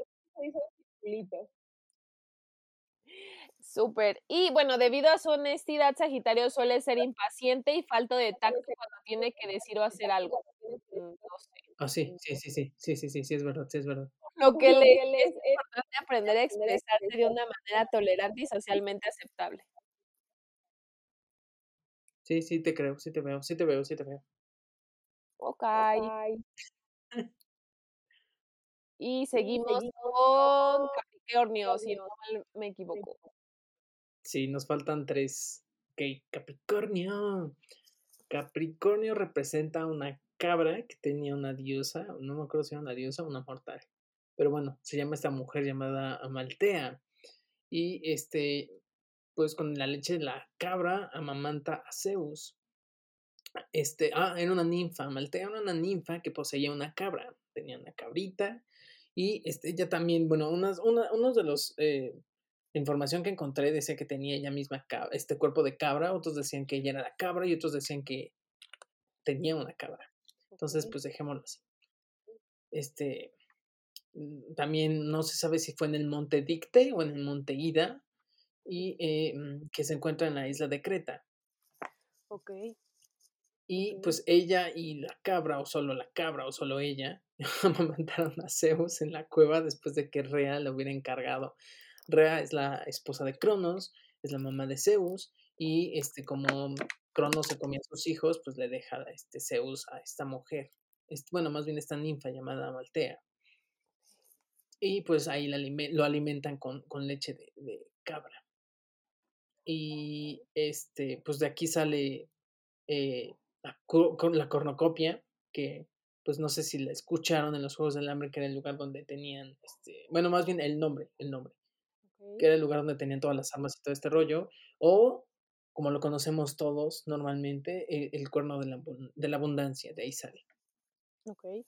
Súper. Y bueno, debido a su honestidad, Sagitario suele ser impaciente y falto de tacto cuando tiene que decir o hacer algo. Mm, no sé. Ah, sí, sí, sí, sí, sí, sí, sí, sí, es verdad, sí, es verdad. Lo que le es importante aprender a expresarse de una manera tolerante y socialmente aceptable. Sí, sí, te creo, sí te veo, sí te veo, sí te veo. Okey. Y seguimos con Capricornio, si no mal me equivoco. Sí, nos faltan tres. Ok, Capricornio. Capricornio representa una cabra que tenía una diosa, no me acuerdo si era una diosa o una mortal, pero bueno, se llama esta mujer llamada Amaltea. Y este, pues con la leche de la cabra amamanta a Zeus. Este, ah, era una ninfa, Amaltea era una ninfa que poseía una cabra, tenía una cabrita. Y este, ella también, bueno, unas, una, unos de los eh, la información que encontré decía que tenía ella misma este cuerpo de cabra, otros decían que ella era la cabra y otros decían que tenía una cabra. Entonces, Okey. pues dejémoslo así. Este, mm, también no se sabe si fue en el monte Dicte o en el monte Ida, y eh, mm, que se encuentra en la isla de Creta. Okey. Y pues ella y la cabra, o solo la cabra, o solo ella, amamantaron a Zeus en la cueva después de que Rea le hubiera encargado. Rea es la esposa de Cronos, es la mamá de Zeus, y este, como Cronos se comía a sus hijos, pues le deja este, Zeus a esta mujer. Este, bueno, más bien esta ninfa llamada Amaltea. Y pues ahí la, lo alimentan con, con leche de, de cabra. Y este, pues de aquí sale eh, la, con la cornucopia, que pues no sé si la escucharon en los Juegos del Hambre, que era el lugar donde tenían, este, bueno, más bien el nombre, el nombre, que Okey. era el lugar donde tenían todas las armas y todo este rollo, o como lo conocemos todos normalmente, el, el cuerno de la, de la abundancia, de ahí sale. Okey.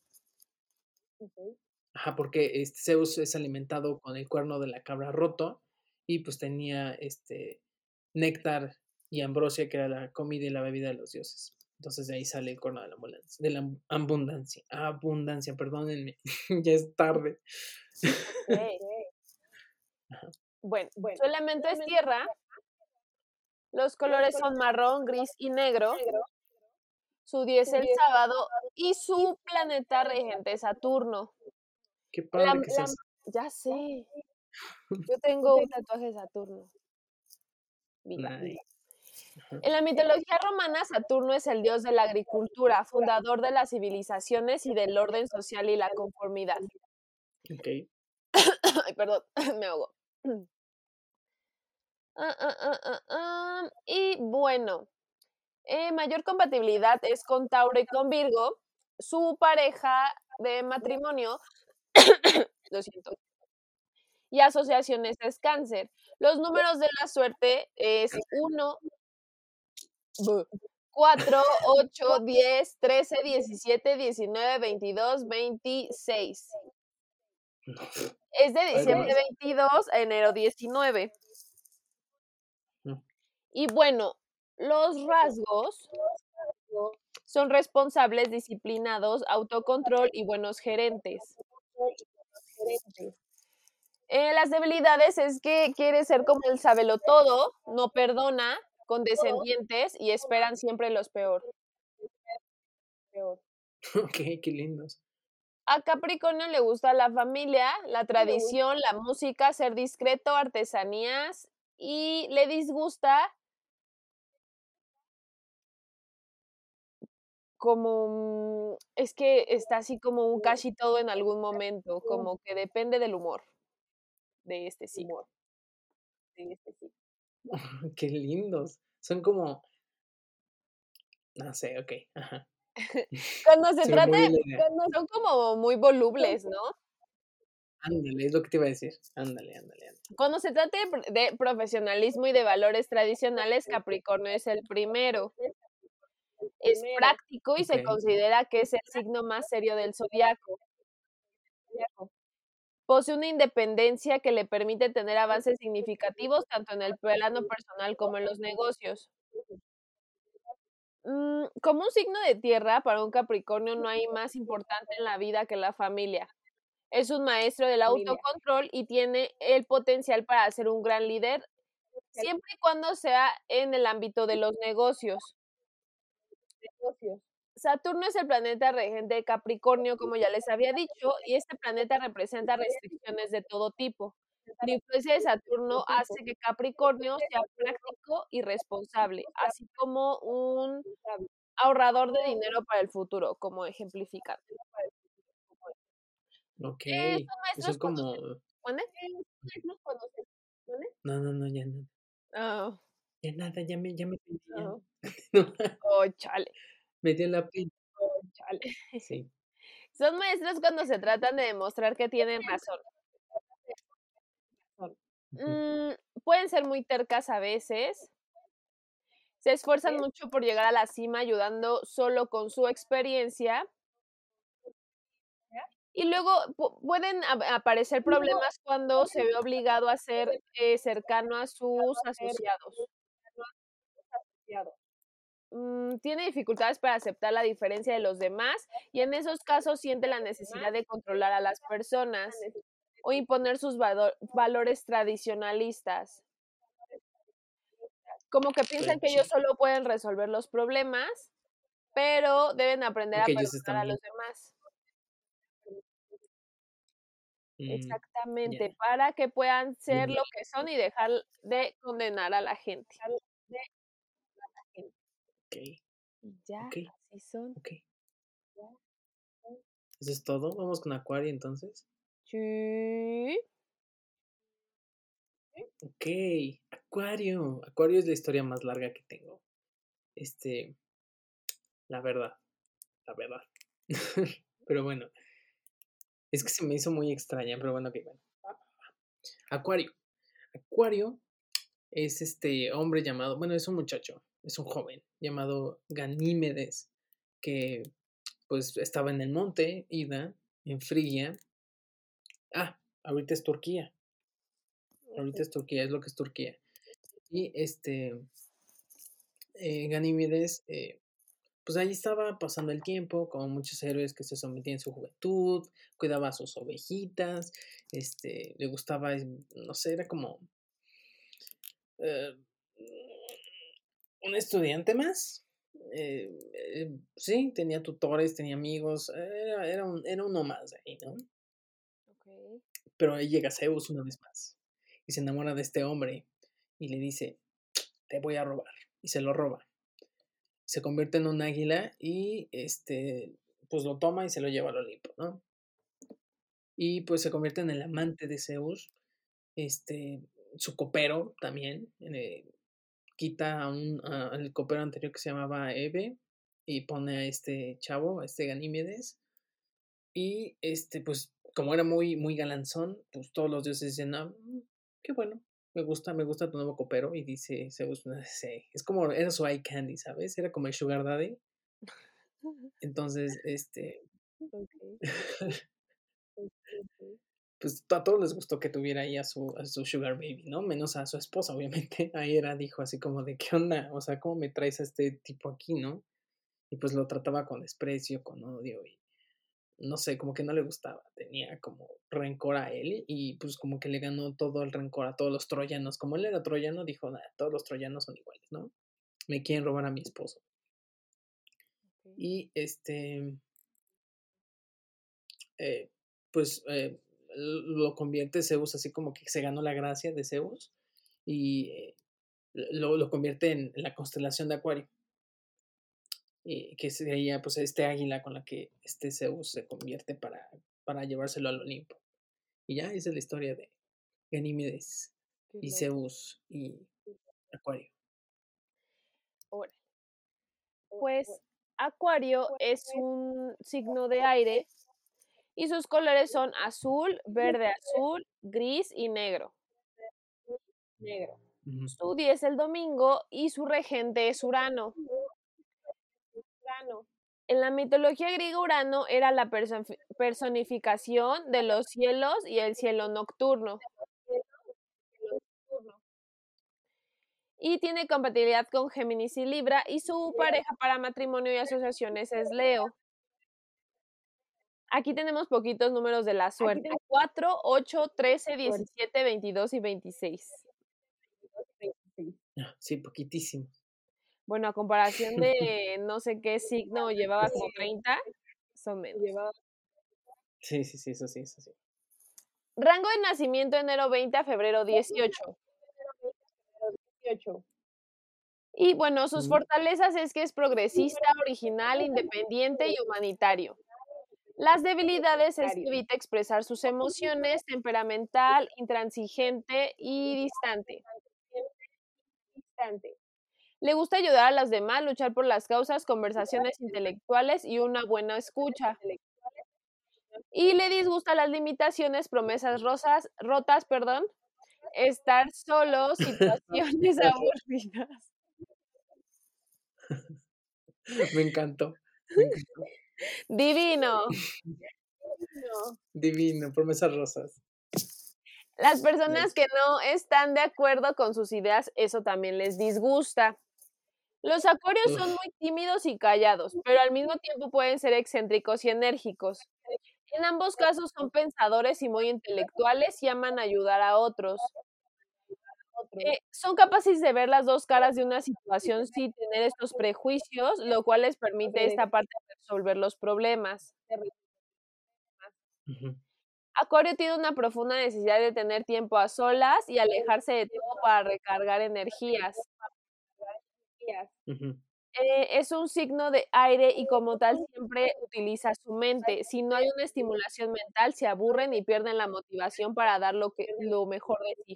Ajá, porque este Zeus es alimentado con el cuerno de la cabra roto y pues tenía este néctar y ambrosia, que era la comida y la bebida de los dioses. Entonces de ahí sale el cuerno de la abundancia, de la abundancia, abundancia, perdónenme, ya es tarde. Okey. Bueno, su elemento es tierra, los colores son marrón, gris y negro, su día es el sábado y su planeta regente es Saturno. Qué La padre que seas. ya sé, yo tengo un tatuaje de Saturno, viva. Nice. Ajá. En la mitología romana, Saturno es el dios de la agricultura, fundador de las civilizaciones y del orden social y la conformidad. Ok. Ay, perdón, me ahogo. Ah, ah, ah, ah, ah, y bueno, eh, mayor compatibilidad es con Tauro y con Virgo. Su pareja de matrimonio, lo siento, y asociaciones es Cáncer. Los números de la suerte es uno, cuatro, ocho, diez, trece, diecisiete, diecinueve, veintidós, veintiséis. Es de Hay diciembre más. veintidós a enero diecinueve. No. Y bueno, los rasgos son responsables, disciplinados, autocontrol y buenos gerentes. Eh, las debilidades es que quiere ser como el sabelotodo, no perdona, condescendientes y esperan siempre los peor. Ok, qué lindos. A Capricornio le gusta la familia, la tradición, la música, ser discreto, artesanías y le disgusta como, mm, es que está así como un casi todo en algún momento, como que depende del humor de este signo. Qué lindos. Son como, no sé, ok, ajá. Cuando se Se me trata movió de la idea. son como muy volubles, ¿no? Ándale, es lo que te iba a decir. Ándale, ándale, ándale. Cuando se trata de pro de profesionalismo y de valores tradicionales, Capricornio es el primero. Es práctico y se Ok, considera que es el signo más serio del zodiaco. Posee una independencia que le permite tener avances significativos tanto en el plano personal como en los negocios. Mm, como un signo de tierra, para un Capricornio no hay más importante en la vida que la familia. Es un maestro del autocontrol y tiene el potencial para ser un gran líder, siempre y cuando sea en el ámbito de los negocios. Saturno es el planeta regente de Capricornio, como ya les había dicho, y este planeta representa restricciones de todo tipo. La influencia de Saturno hace que Capricornio sea práctico y responsable, así como un ahorrador de dinero para el futuro, como ejemplificar. ok. Eh, son Son maestros cuando como, se ¿mande? no, no, no, ya no. Ah, Ya nada, ya me, ya me perdí, ya. ah, No, oh, chale. me dio la pena. Chale. Sí. Son maestros cuando se tratan de demostrar que tienen razón. Ujú. Mm, pueden ser muy tercas a veces. Se esfuerzan mucho por llegar a la cima ayudando solo con su experiencia. Y luego pu- pueden a- aparecer problemas cuando se ve obligado a ser eh, cercano a sus asociados. Mm, tiene dificultades para aceptar la diferencia de los demás y en esos casos siente la necesidad de controlar a las personas o imponer sus vado- valores tradicionalistas. Como que piensan que ellos Conchi. solo pueden resolver los problemas, pero deben aprender a Aunque ellos perdonar están a bien. los demás. Mm, ya. Exactamente, para que puedan ser Bien. lo que son y dejar de condenar a la gente. Ok, Y ya, ok, así son. ok. ¿Eso es todo? Vamos con Acuario entonces. Sí. Ok, Acuario. Acuario es la historia más larga que tengo. Este, la verdad, la verdad. Pero bueno, es que se me hizo muy extraña, pero bueno, que bueno. Acuario. Acuario es este hombre llamado, bueno, es un muchacho, es un joven llamado Ganímedes, que pues estaba en el monte Ida, en Frigia. Ah, ahorita es Turquía. Ahorita es Turquía, es lo que es Turquía. Y este, eh, Ganímedes, eh, pues ahí estaba pasando el tiempo, como muchos héroes que se sometían en su juventud, cuidaba a sus ovejitas, este, le gustaba, no sé, era como eh, un estudiante más. Eh, eh, sí, tenía tutores, tenía amigos, era, era, un, era uno más ahí, ¿no? Okay. Pero ahí llega Zeus una vez más y se enamora de este hombre y le dice, te voy a robar, y se lo roba. Se convierte en un águila y este, pues lo toma y se lo lleva al Olimpo, ¿no? Y pues se convierte en el amante de Zeus, este, su copero también, eh, quita a un, a- al copero anterior que se llamaba Eve y pone a este chavo, a este Ganímedes, y este, pues como era muy, muy galanzón, pues todos los dioses dicen, ah, mm, qué bueno, me gusta, me gusta tu nuevo copero, y dice Zeus, no sé, es como, era su eye candy, ¿sabes? Era como el sugar daddy, entonces, este, Okay. pues a todos les gustó que tuviera ahí a su, a su sugar baby, ¿no? Menos a su esposa, obviamente. Ahí era, dijo así como de, ¿qué onda? O sea, ¿cómo me traes a este tipo aquí, no? Y pues lo trataba con desprecio, con odio. Y no sé, como que no le gustaba, tenía como rencor a él y pues como que le ganó todo el rencor a todos los troyanos. Como él era troyano, dijo, nada, todos los troyanos son iguales, ¿no? Me quieren robar a mi esposo. Ok. Y este, eh, pues eh, lo convierte Zeus así como que se ganó la gracia de Zeus y eh, lo, lo convierte en la constelación de Acuario. Y que sería pues este águila con la que este Zeus se convierte para, para llevárselo al Olimpo. Y ya, esa es la historia de Ganímedes Qué y loco. Zeus y Acuario. Órale. Pues Acuario es un signo de aire y sus colores son azul, verde azul, gris y negro. Ujú. Su día es el domingo y su regente es Urano. En la mitología griega, Urano era la perso- personificación de los cielos y el cielo nocturno. Y tiene compatibilidad con Géminis y Libra, y su pareja para matrimonio y asociaciones es Leo. Aquí tenemos poquitos números de la suerte: cuatro, ocho, trece, diecisiete, veintidós y veintiséis. Ah, sí, poquitísimo. Bueno, a comparación de no sé qué signo llevaba como treinta, son menos. Sí, sí, sí, eso sí, eso sí. Rango de nacimiento enero veinte a febrero dieciocho. Y bueno, sus Ujú. fortalezas es que es progresista, original, independiente y humanitario. Las debilidades es que evita expresar sus emociones, temperamental, intransigente y distante. Le gusta ayudar a los demás, luchar por las causas, conversaciones intelectuales y una buena escucha. Y le disgusta las limitaciones, promesas rosas, rotas, perdón, estar solo, situaciones aburridas. Me encantó, me encantó. Divino. Divino, promesas rosas. Las personas Nice. que no están de acuerdo con sus ideas, eso también les disgusta. Los acuarios son Uf. muy tímidos y callados, pero al mismo tiempo pueden ser excéntricos y enérgicos. En ambos casos son pensadores y muy intelectuales y aman ayudar a otros. Eh, son capaces de ver las dos caras de una situación sin tener estos prejuicios, lo cual les permite esta parte de resolver los problemas. Ujú, Acuario tiene una profunda necesidad de tener tiempo a solas y alejarse de todo para recargar energías. ujú. Eh, es un signo de aire y como tal siempre utiliza su mente. Si no hay una estimulación mental, se aburren y pierden la motivación para dar lo que lo mejor de sí.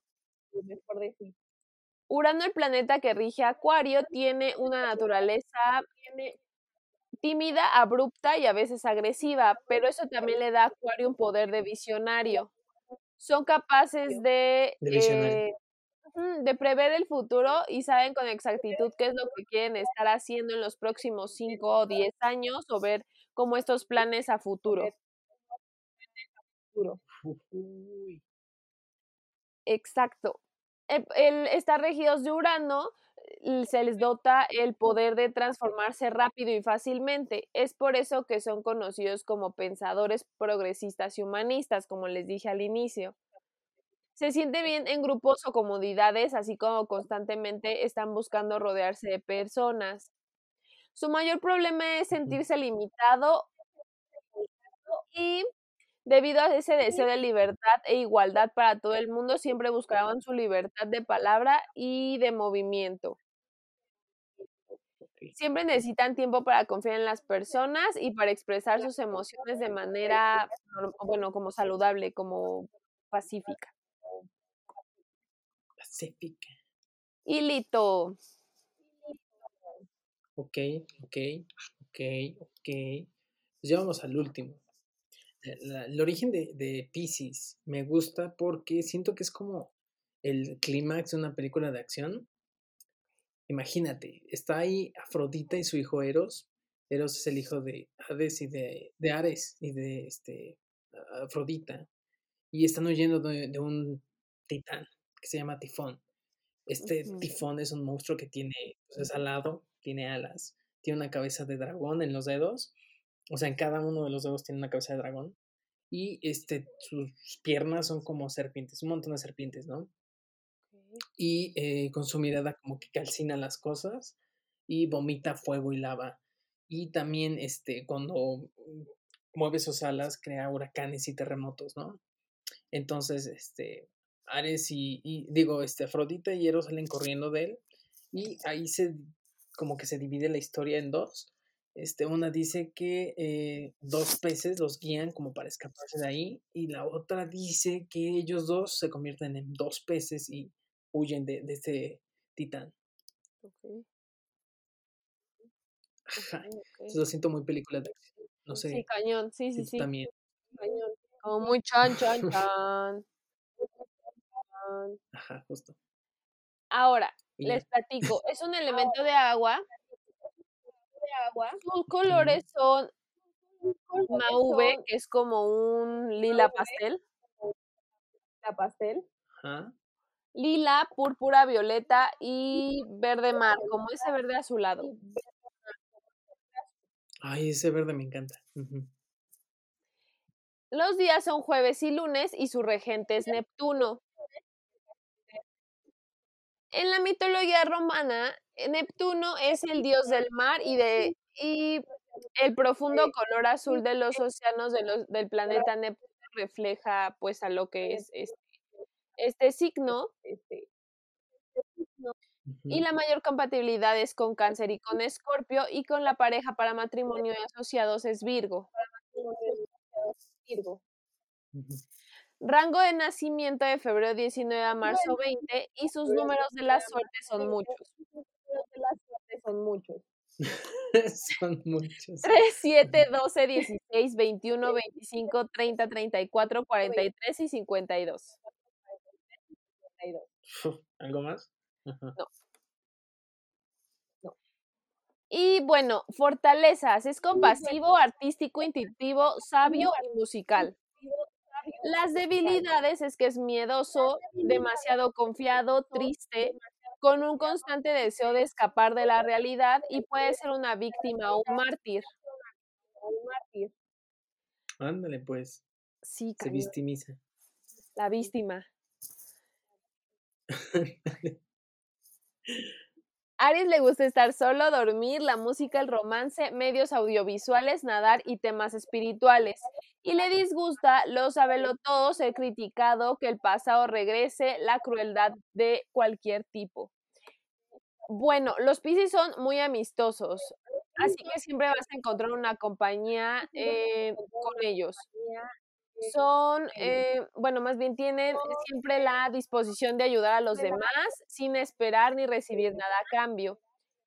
Urano, el planeta que rige a Acuario, tiene una naturaleza tímida, abrupta y a veces agresiva, pero eso también le da a Acuario un poder de visionario. Son capaces de, De visionario. eh, ujú, de prever el futuro y saben con exactitud qué es lo que quieren estar haciendo en los próximos cinco o diez años o ver como estos planes a futuro. Uy. Exacto. El, el estar regidos de Urano l- se les dota el poder de transformarse rápido y fácilmente. Es por eso que son conocidos como pensadores progresistas y humanistas, como les dije al inicio. Se siente bien en grupos o comunidades, así como constantemente están buscando rodearse de personas. Su mayor problema es Ujú. sentirse limitado y debido a ese deseo de libertad e igualdad para todo el mundo, siempre buscaban su libertad de palabra y de movimiento. Ok. Siempre necesitan tiempo para confiar en las personas y para expresar sus emociones de manera, norm- bueno, como saludable, como pacífica. Pacífica. Y Lito, Ok, ok, ok, ok. Pues ya vamos al último. Eh, la- el origen de, de Piscis me gusta porque siento que es como el clímax de una película de acción. Imagínate, está ahí Afrodita y su hijo Eros. Eros es el hijo de Hades y de, de Ares y de este, Afrodita. Y están huyendo de, de un titán que se llama Tifón. Este ujú, Tifón es un monstruo que tiene, pues, es alado, tiene alas, tiene una cabeza de dragón en los dedos O sea, en cada uno de los dedos tiene una cabeza de dragón. Y este, sus piernas son como serpientes, un montón de serpientes, ¿no? Ok. Y eh, con su mirada como que calcina las cosas y vomita fuego y lava. Y también este, cuando mueve sus alas crea huracanes y terremotos, ¿no? Entonces, este, Ares y, y digo, este, Afrodita y Eros salen corriendo de él y ahí se, como que se divide la historia en dos. Este, una dice que eh, dos peces los guían como para escaparse de ahí y la otra dice que ellos dos se convierten en dos peces y huyen de, de este titán. Ok. Ajá. Ok, ok. Entonces lo siento muy película de acción. No Sí, sé cañón, sí, si sí, tú sí. también. Como muy chan, chan, chan. chan. Ajá, justo. Ahora, Y les ya. platico, es un elemento de agua. Sus Ujú. colores son mauve, que es como un lila pastel. Ajá. Lila, púrpura, violeta y verde mar, como ese verde azulado. Ay, ese verde me encanta. Ujú. Los días son jueves y lunes y su regente es Neptuno. En la mitología romana, eh, Neptuno es el dios del mar y de y el profundo color azul de los océanos de los, del planeta Neptuno refleja pues a lo que es este, este signo. Y Ujú. la mayor compatibilidad es con Cáncer y con Escorpio, y con la pareja para matrimonio y asociados es Virgo. Ujú. Rango de nacimiento de febrero diecinueve a marzo veinte y sus números de la suerte son muchos. Son muchos. tres, siete, Ujú. doce, dieciséis, veintiuno, veinticinco, treinta, treinta y cuatro, cuarenta y tres y cincuenta y dos. Uf, ¿algo más? Ajá. No. Y bueno, fortalezas, es compasivo, artístico, intuitivo, sabio y musical. Las debilidades es que es miedoso, demasiado confiado, triste, con un constante deseo de escapar de la realidad y puede ser una víctima o un mártir. Ándale, pues. Sí, Se cañón, victimiza. la víctima. Aries le gusta estar solo, dormir, la música, el romance, medios audiovisuales, nadar y temas espirituales. Y le disgusta lo todo, ser criticado, que el pasado regrese, la crueldad de cualquier tipo. Bueno, los Piscis son muy amistosos, así que siempre vas a encontrar una compañía eh, con ellos. Son, eh, bueno, más bien tienen siempre la disposición de ayudar a los demás sin esperar ni recibir nada a cambio.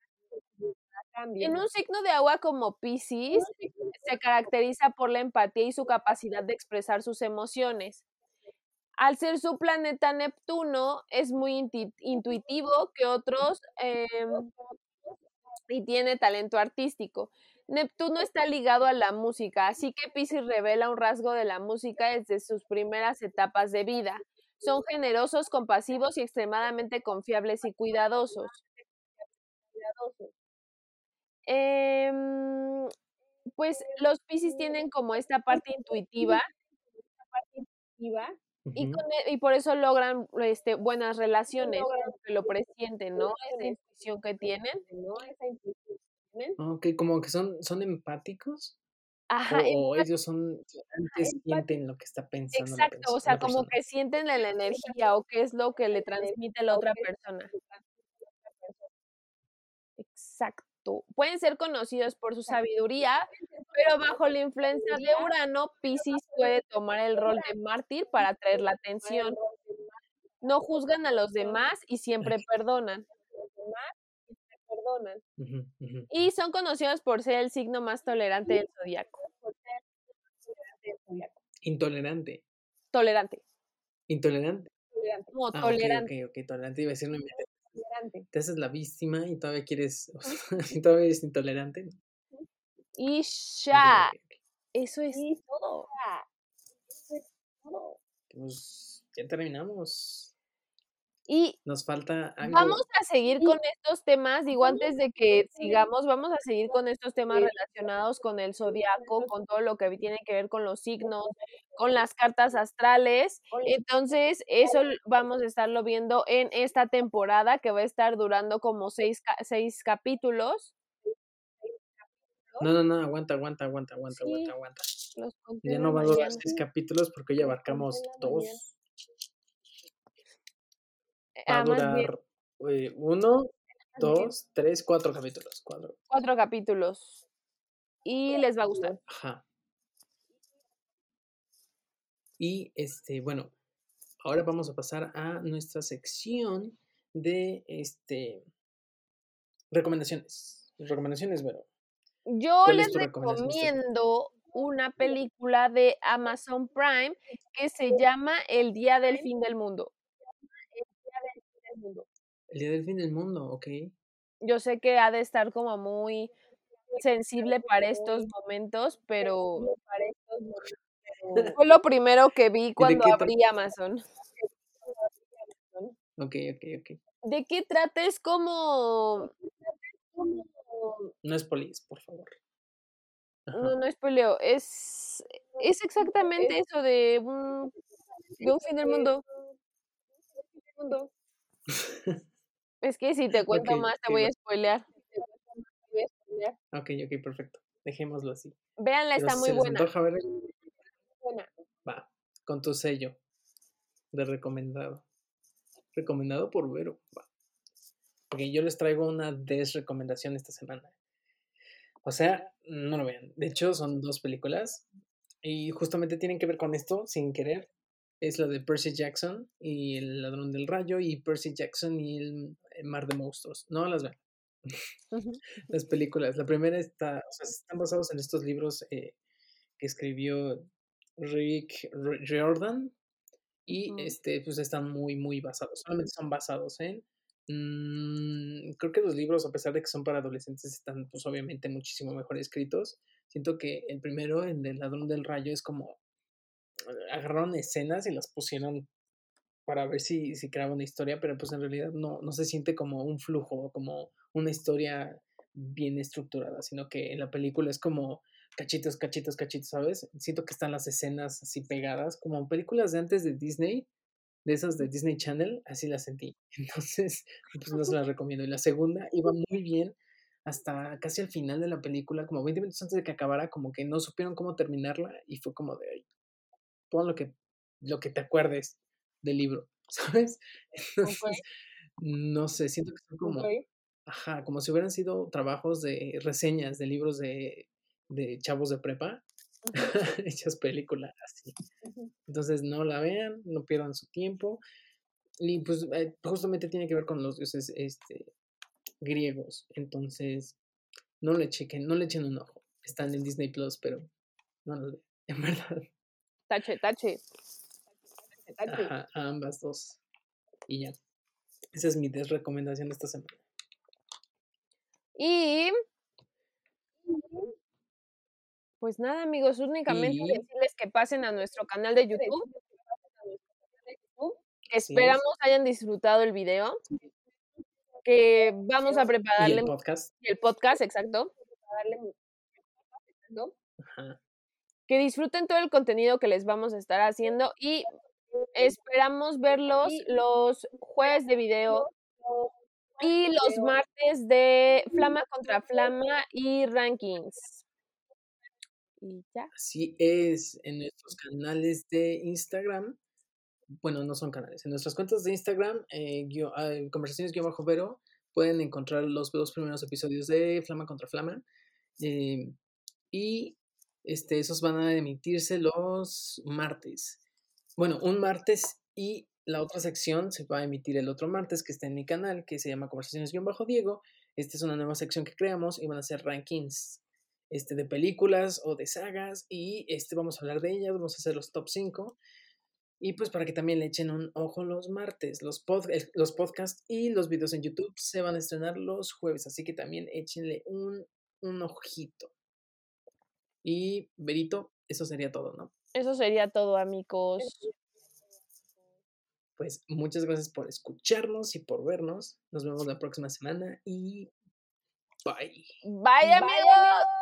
En un signo de agua como Piscis, se caracteriza por la empatía y su capacidad de expresar sus emociones. Al ser su planeta Neptuno, es muy inti- intuitivo que otros em, y tiene talento artístico. Neptuno está ligado a la música, así que Piscis revela un rasgo de la música desde sus primeras etapas de vida. Son generosos, compasivos y extremadamente confiables y cuidadosos. Em, pues los Piscis tienen como esta parte intuitiva y, Ujú. con e- y por eso logran este, buenas relaciones, como que lo presienten, ¿no? Esa intuición que tienen. Ok, como que son, son empáticos Ajá, o, o ellos son, antes sienten lo que está pensando la, exacto, o pens- sea, la como persona. que sienten la la energía o qué es lo que le transmite la otra persona. Exacto. Pueden ser conocidos por su sabiduría, pero bajo la influencia de Urano, Piscis puede tomar el rol de mártir para atraer la atención. No juzgan a los demás y siempre Ok. perdonan. Ujú, ujú. Y son conocidos por ser el signo más tolerante del zodiaco. Intolerante. Tolerante. Intolerante. No, Ah, ok, ok, tolerante. ok, tolerante. Iba a decir, no inventes. Te haces la víctima y todavía quieres, o sea, y todavía eres intolerante. Y Ok, ya. ok, ok. Eso es todo. Pues ya terminamos. Y nos falta algo. Vamos a seguir con estos temas, digo, antes de que sigamos, vamos a seguir con estos temas relacionados con el zodiaco, con todo lo que tiene que ver con los signos, con las cartas astrales. Entonces, eso vamos a estarlo viendo en esta temporada, que va a estar durando como seis, seis capítulos. No, no, no, aguanta, aguanta, aguanta, aguanta, Sí, aguanta, aguanta. Los conté Ya no en va la a durar mañana. seis capítulos porque hoy Los abarcamos conté en la mañana. dos. Va a Ah, más bien, durar eh, uno, dos, tres, cuatro capítulos. Cuatro. cuatro capítulos. Y les va a gustar. Ajá. Y este, bueno, ahora vamos a pasar a nuestra sección de este recomendaciones. Recomendaciones, Vero. Yo ¿Cuál les es tu recomendación esta semana? recomiendo una película de Amazon Prime que se llama El Día del Fin del Mundo. El Día del Fin del Mundo, ok. Yo sé que ha de estar como muy sensible para estos momentos, pero fue lo primero que vi ¿Y de cuando qué abrí trata? Amazon. Ok, ok, ok. ¿De qué trata? Es como... No es polis, por favor. Ajá. No, no spoileo. Es, es exactamente eso de un, de un fin del mundo. Es que si te cuento Ok, más te ok, voy va. a spoilear. Ok, ok, perfecto. Dejémoslo así. Véanla, Pero está si muy se les buena. antoja ver, va, con tu sello de recomendado. Recomendado por Vero, va. Porque yo les traigo una desrecomendación esta semana. O sea, no lo vean. De hecho, son dos películas y justamente tienen que ver con esto, sin querer. Es la de Percy Jackson y El Ladrón del Rayo y Percy Jackson y El Mar de Monstruos. No las vean. Las películas. La primera está, o sea, están basados en estos libros eh, que escribió Rick Riordan y Ujú. este, pues están muy, muy basados. Solamente son basados en. Mmm, creo que los libros, a pesar de que son para adolescentes, están, pues obviamente, muchísimo mejor escritos. Siento que el primero, el del Ladrón del Rayo, es como. Agarraron escenas y las pusieron para ver si, si creaba una historia, pero pues en realidad no, no se siente como un flujo, como una historia bien estructurada, sino que en la película es como cachitos, cachitos, cachitos, ¿sabes? Siento que están las escenas así pegadas, como películas de antes de Disney, de esas de Disney Channel, así las sentí. Entonces, pues no se las recomiendo. Y la segunda iba muy bien hasta casi al final de la película, como veinte minutos antes de que acabara, como que no supieron cómo terminarla y fue como de, ay, pon lo que, lo que te acuerdes del libro, ¿sabes? Entonces, no sé, siento que son como, Ok. ajá, como si hubieran sido trabajos de reseñas de libros de, de chavos de prepa, hechas película, así. Entonces, no la vean, no pierdan su tiempo. Y pues eh, justamente tiene que ver con los dioses este, griegos. Entonces, no le chequen, no le echen un ojo. Están en Disney Plus, pero no los vean, en verdad. Tache, tache. Ajá, a ambas dos. Y ya. Esa es mi desrecomendación de esta semana. Y pues nada, amigos, únicamente Y decirles que pasen a nuestro canal de YouTube. así es. Esperamos hayan disfrutado el video. Que vamos a Y prepararle el podcast. el podcast, exacto. Ajá. Que disfruten todo el contenido que les vamos a estar haciendo y esperamos verlos los jueves de video y los martes de Flama contra Flama y Rankings. Y ya. Así es. En nuestros canales de Instagram. Bueno, no son canales. En nuestras cuentas de Instagram, eh, guio- ah, conversaciones-vero, pueden encontrar los dos primeros episodios de Flama contra Flama. eh, y este, esos van a emitirse los martes. Bueno, un martes y la otra sección se va a emitir el otro martes que está en mi canal, que se llama Conversaciones-Diego. Esta es una nueva sección que creamos y van a ser rankings este, de películas o de sagas y este, vamos a hablar de ellas, vamos a hacer los top cinco. Y pues para que también le echen un ojo los martes, los, pod, los podcasts y los videos en YouTube se van a estrenar los jueves, así que también échenle un, un ojito. Y Berito, eso sería todo, ¿no? Eso sería todo, amigos. pues muchas gracias por escucharnos y por vernos. Nos vemos la próxima semana y bye. Bye, amigos.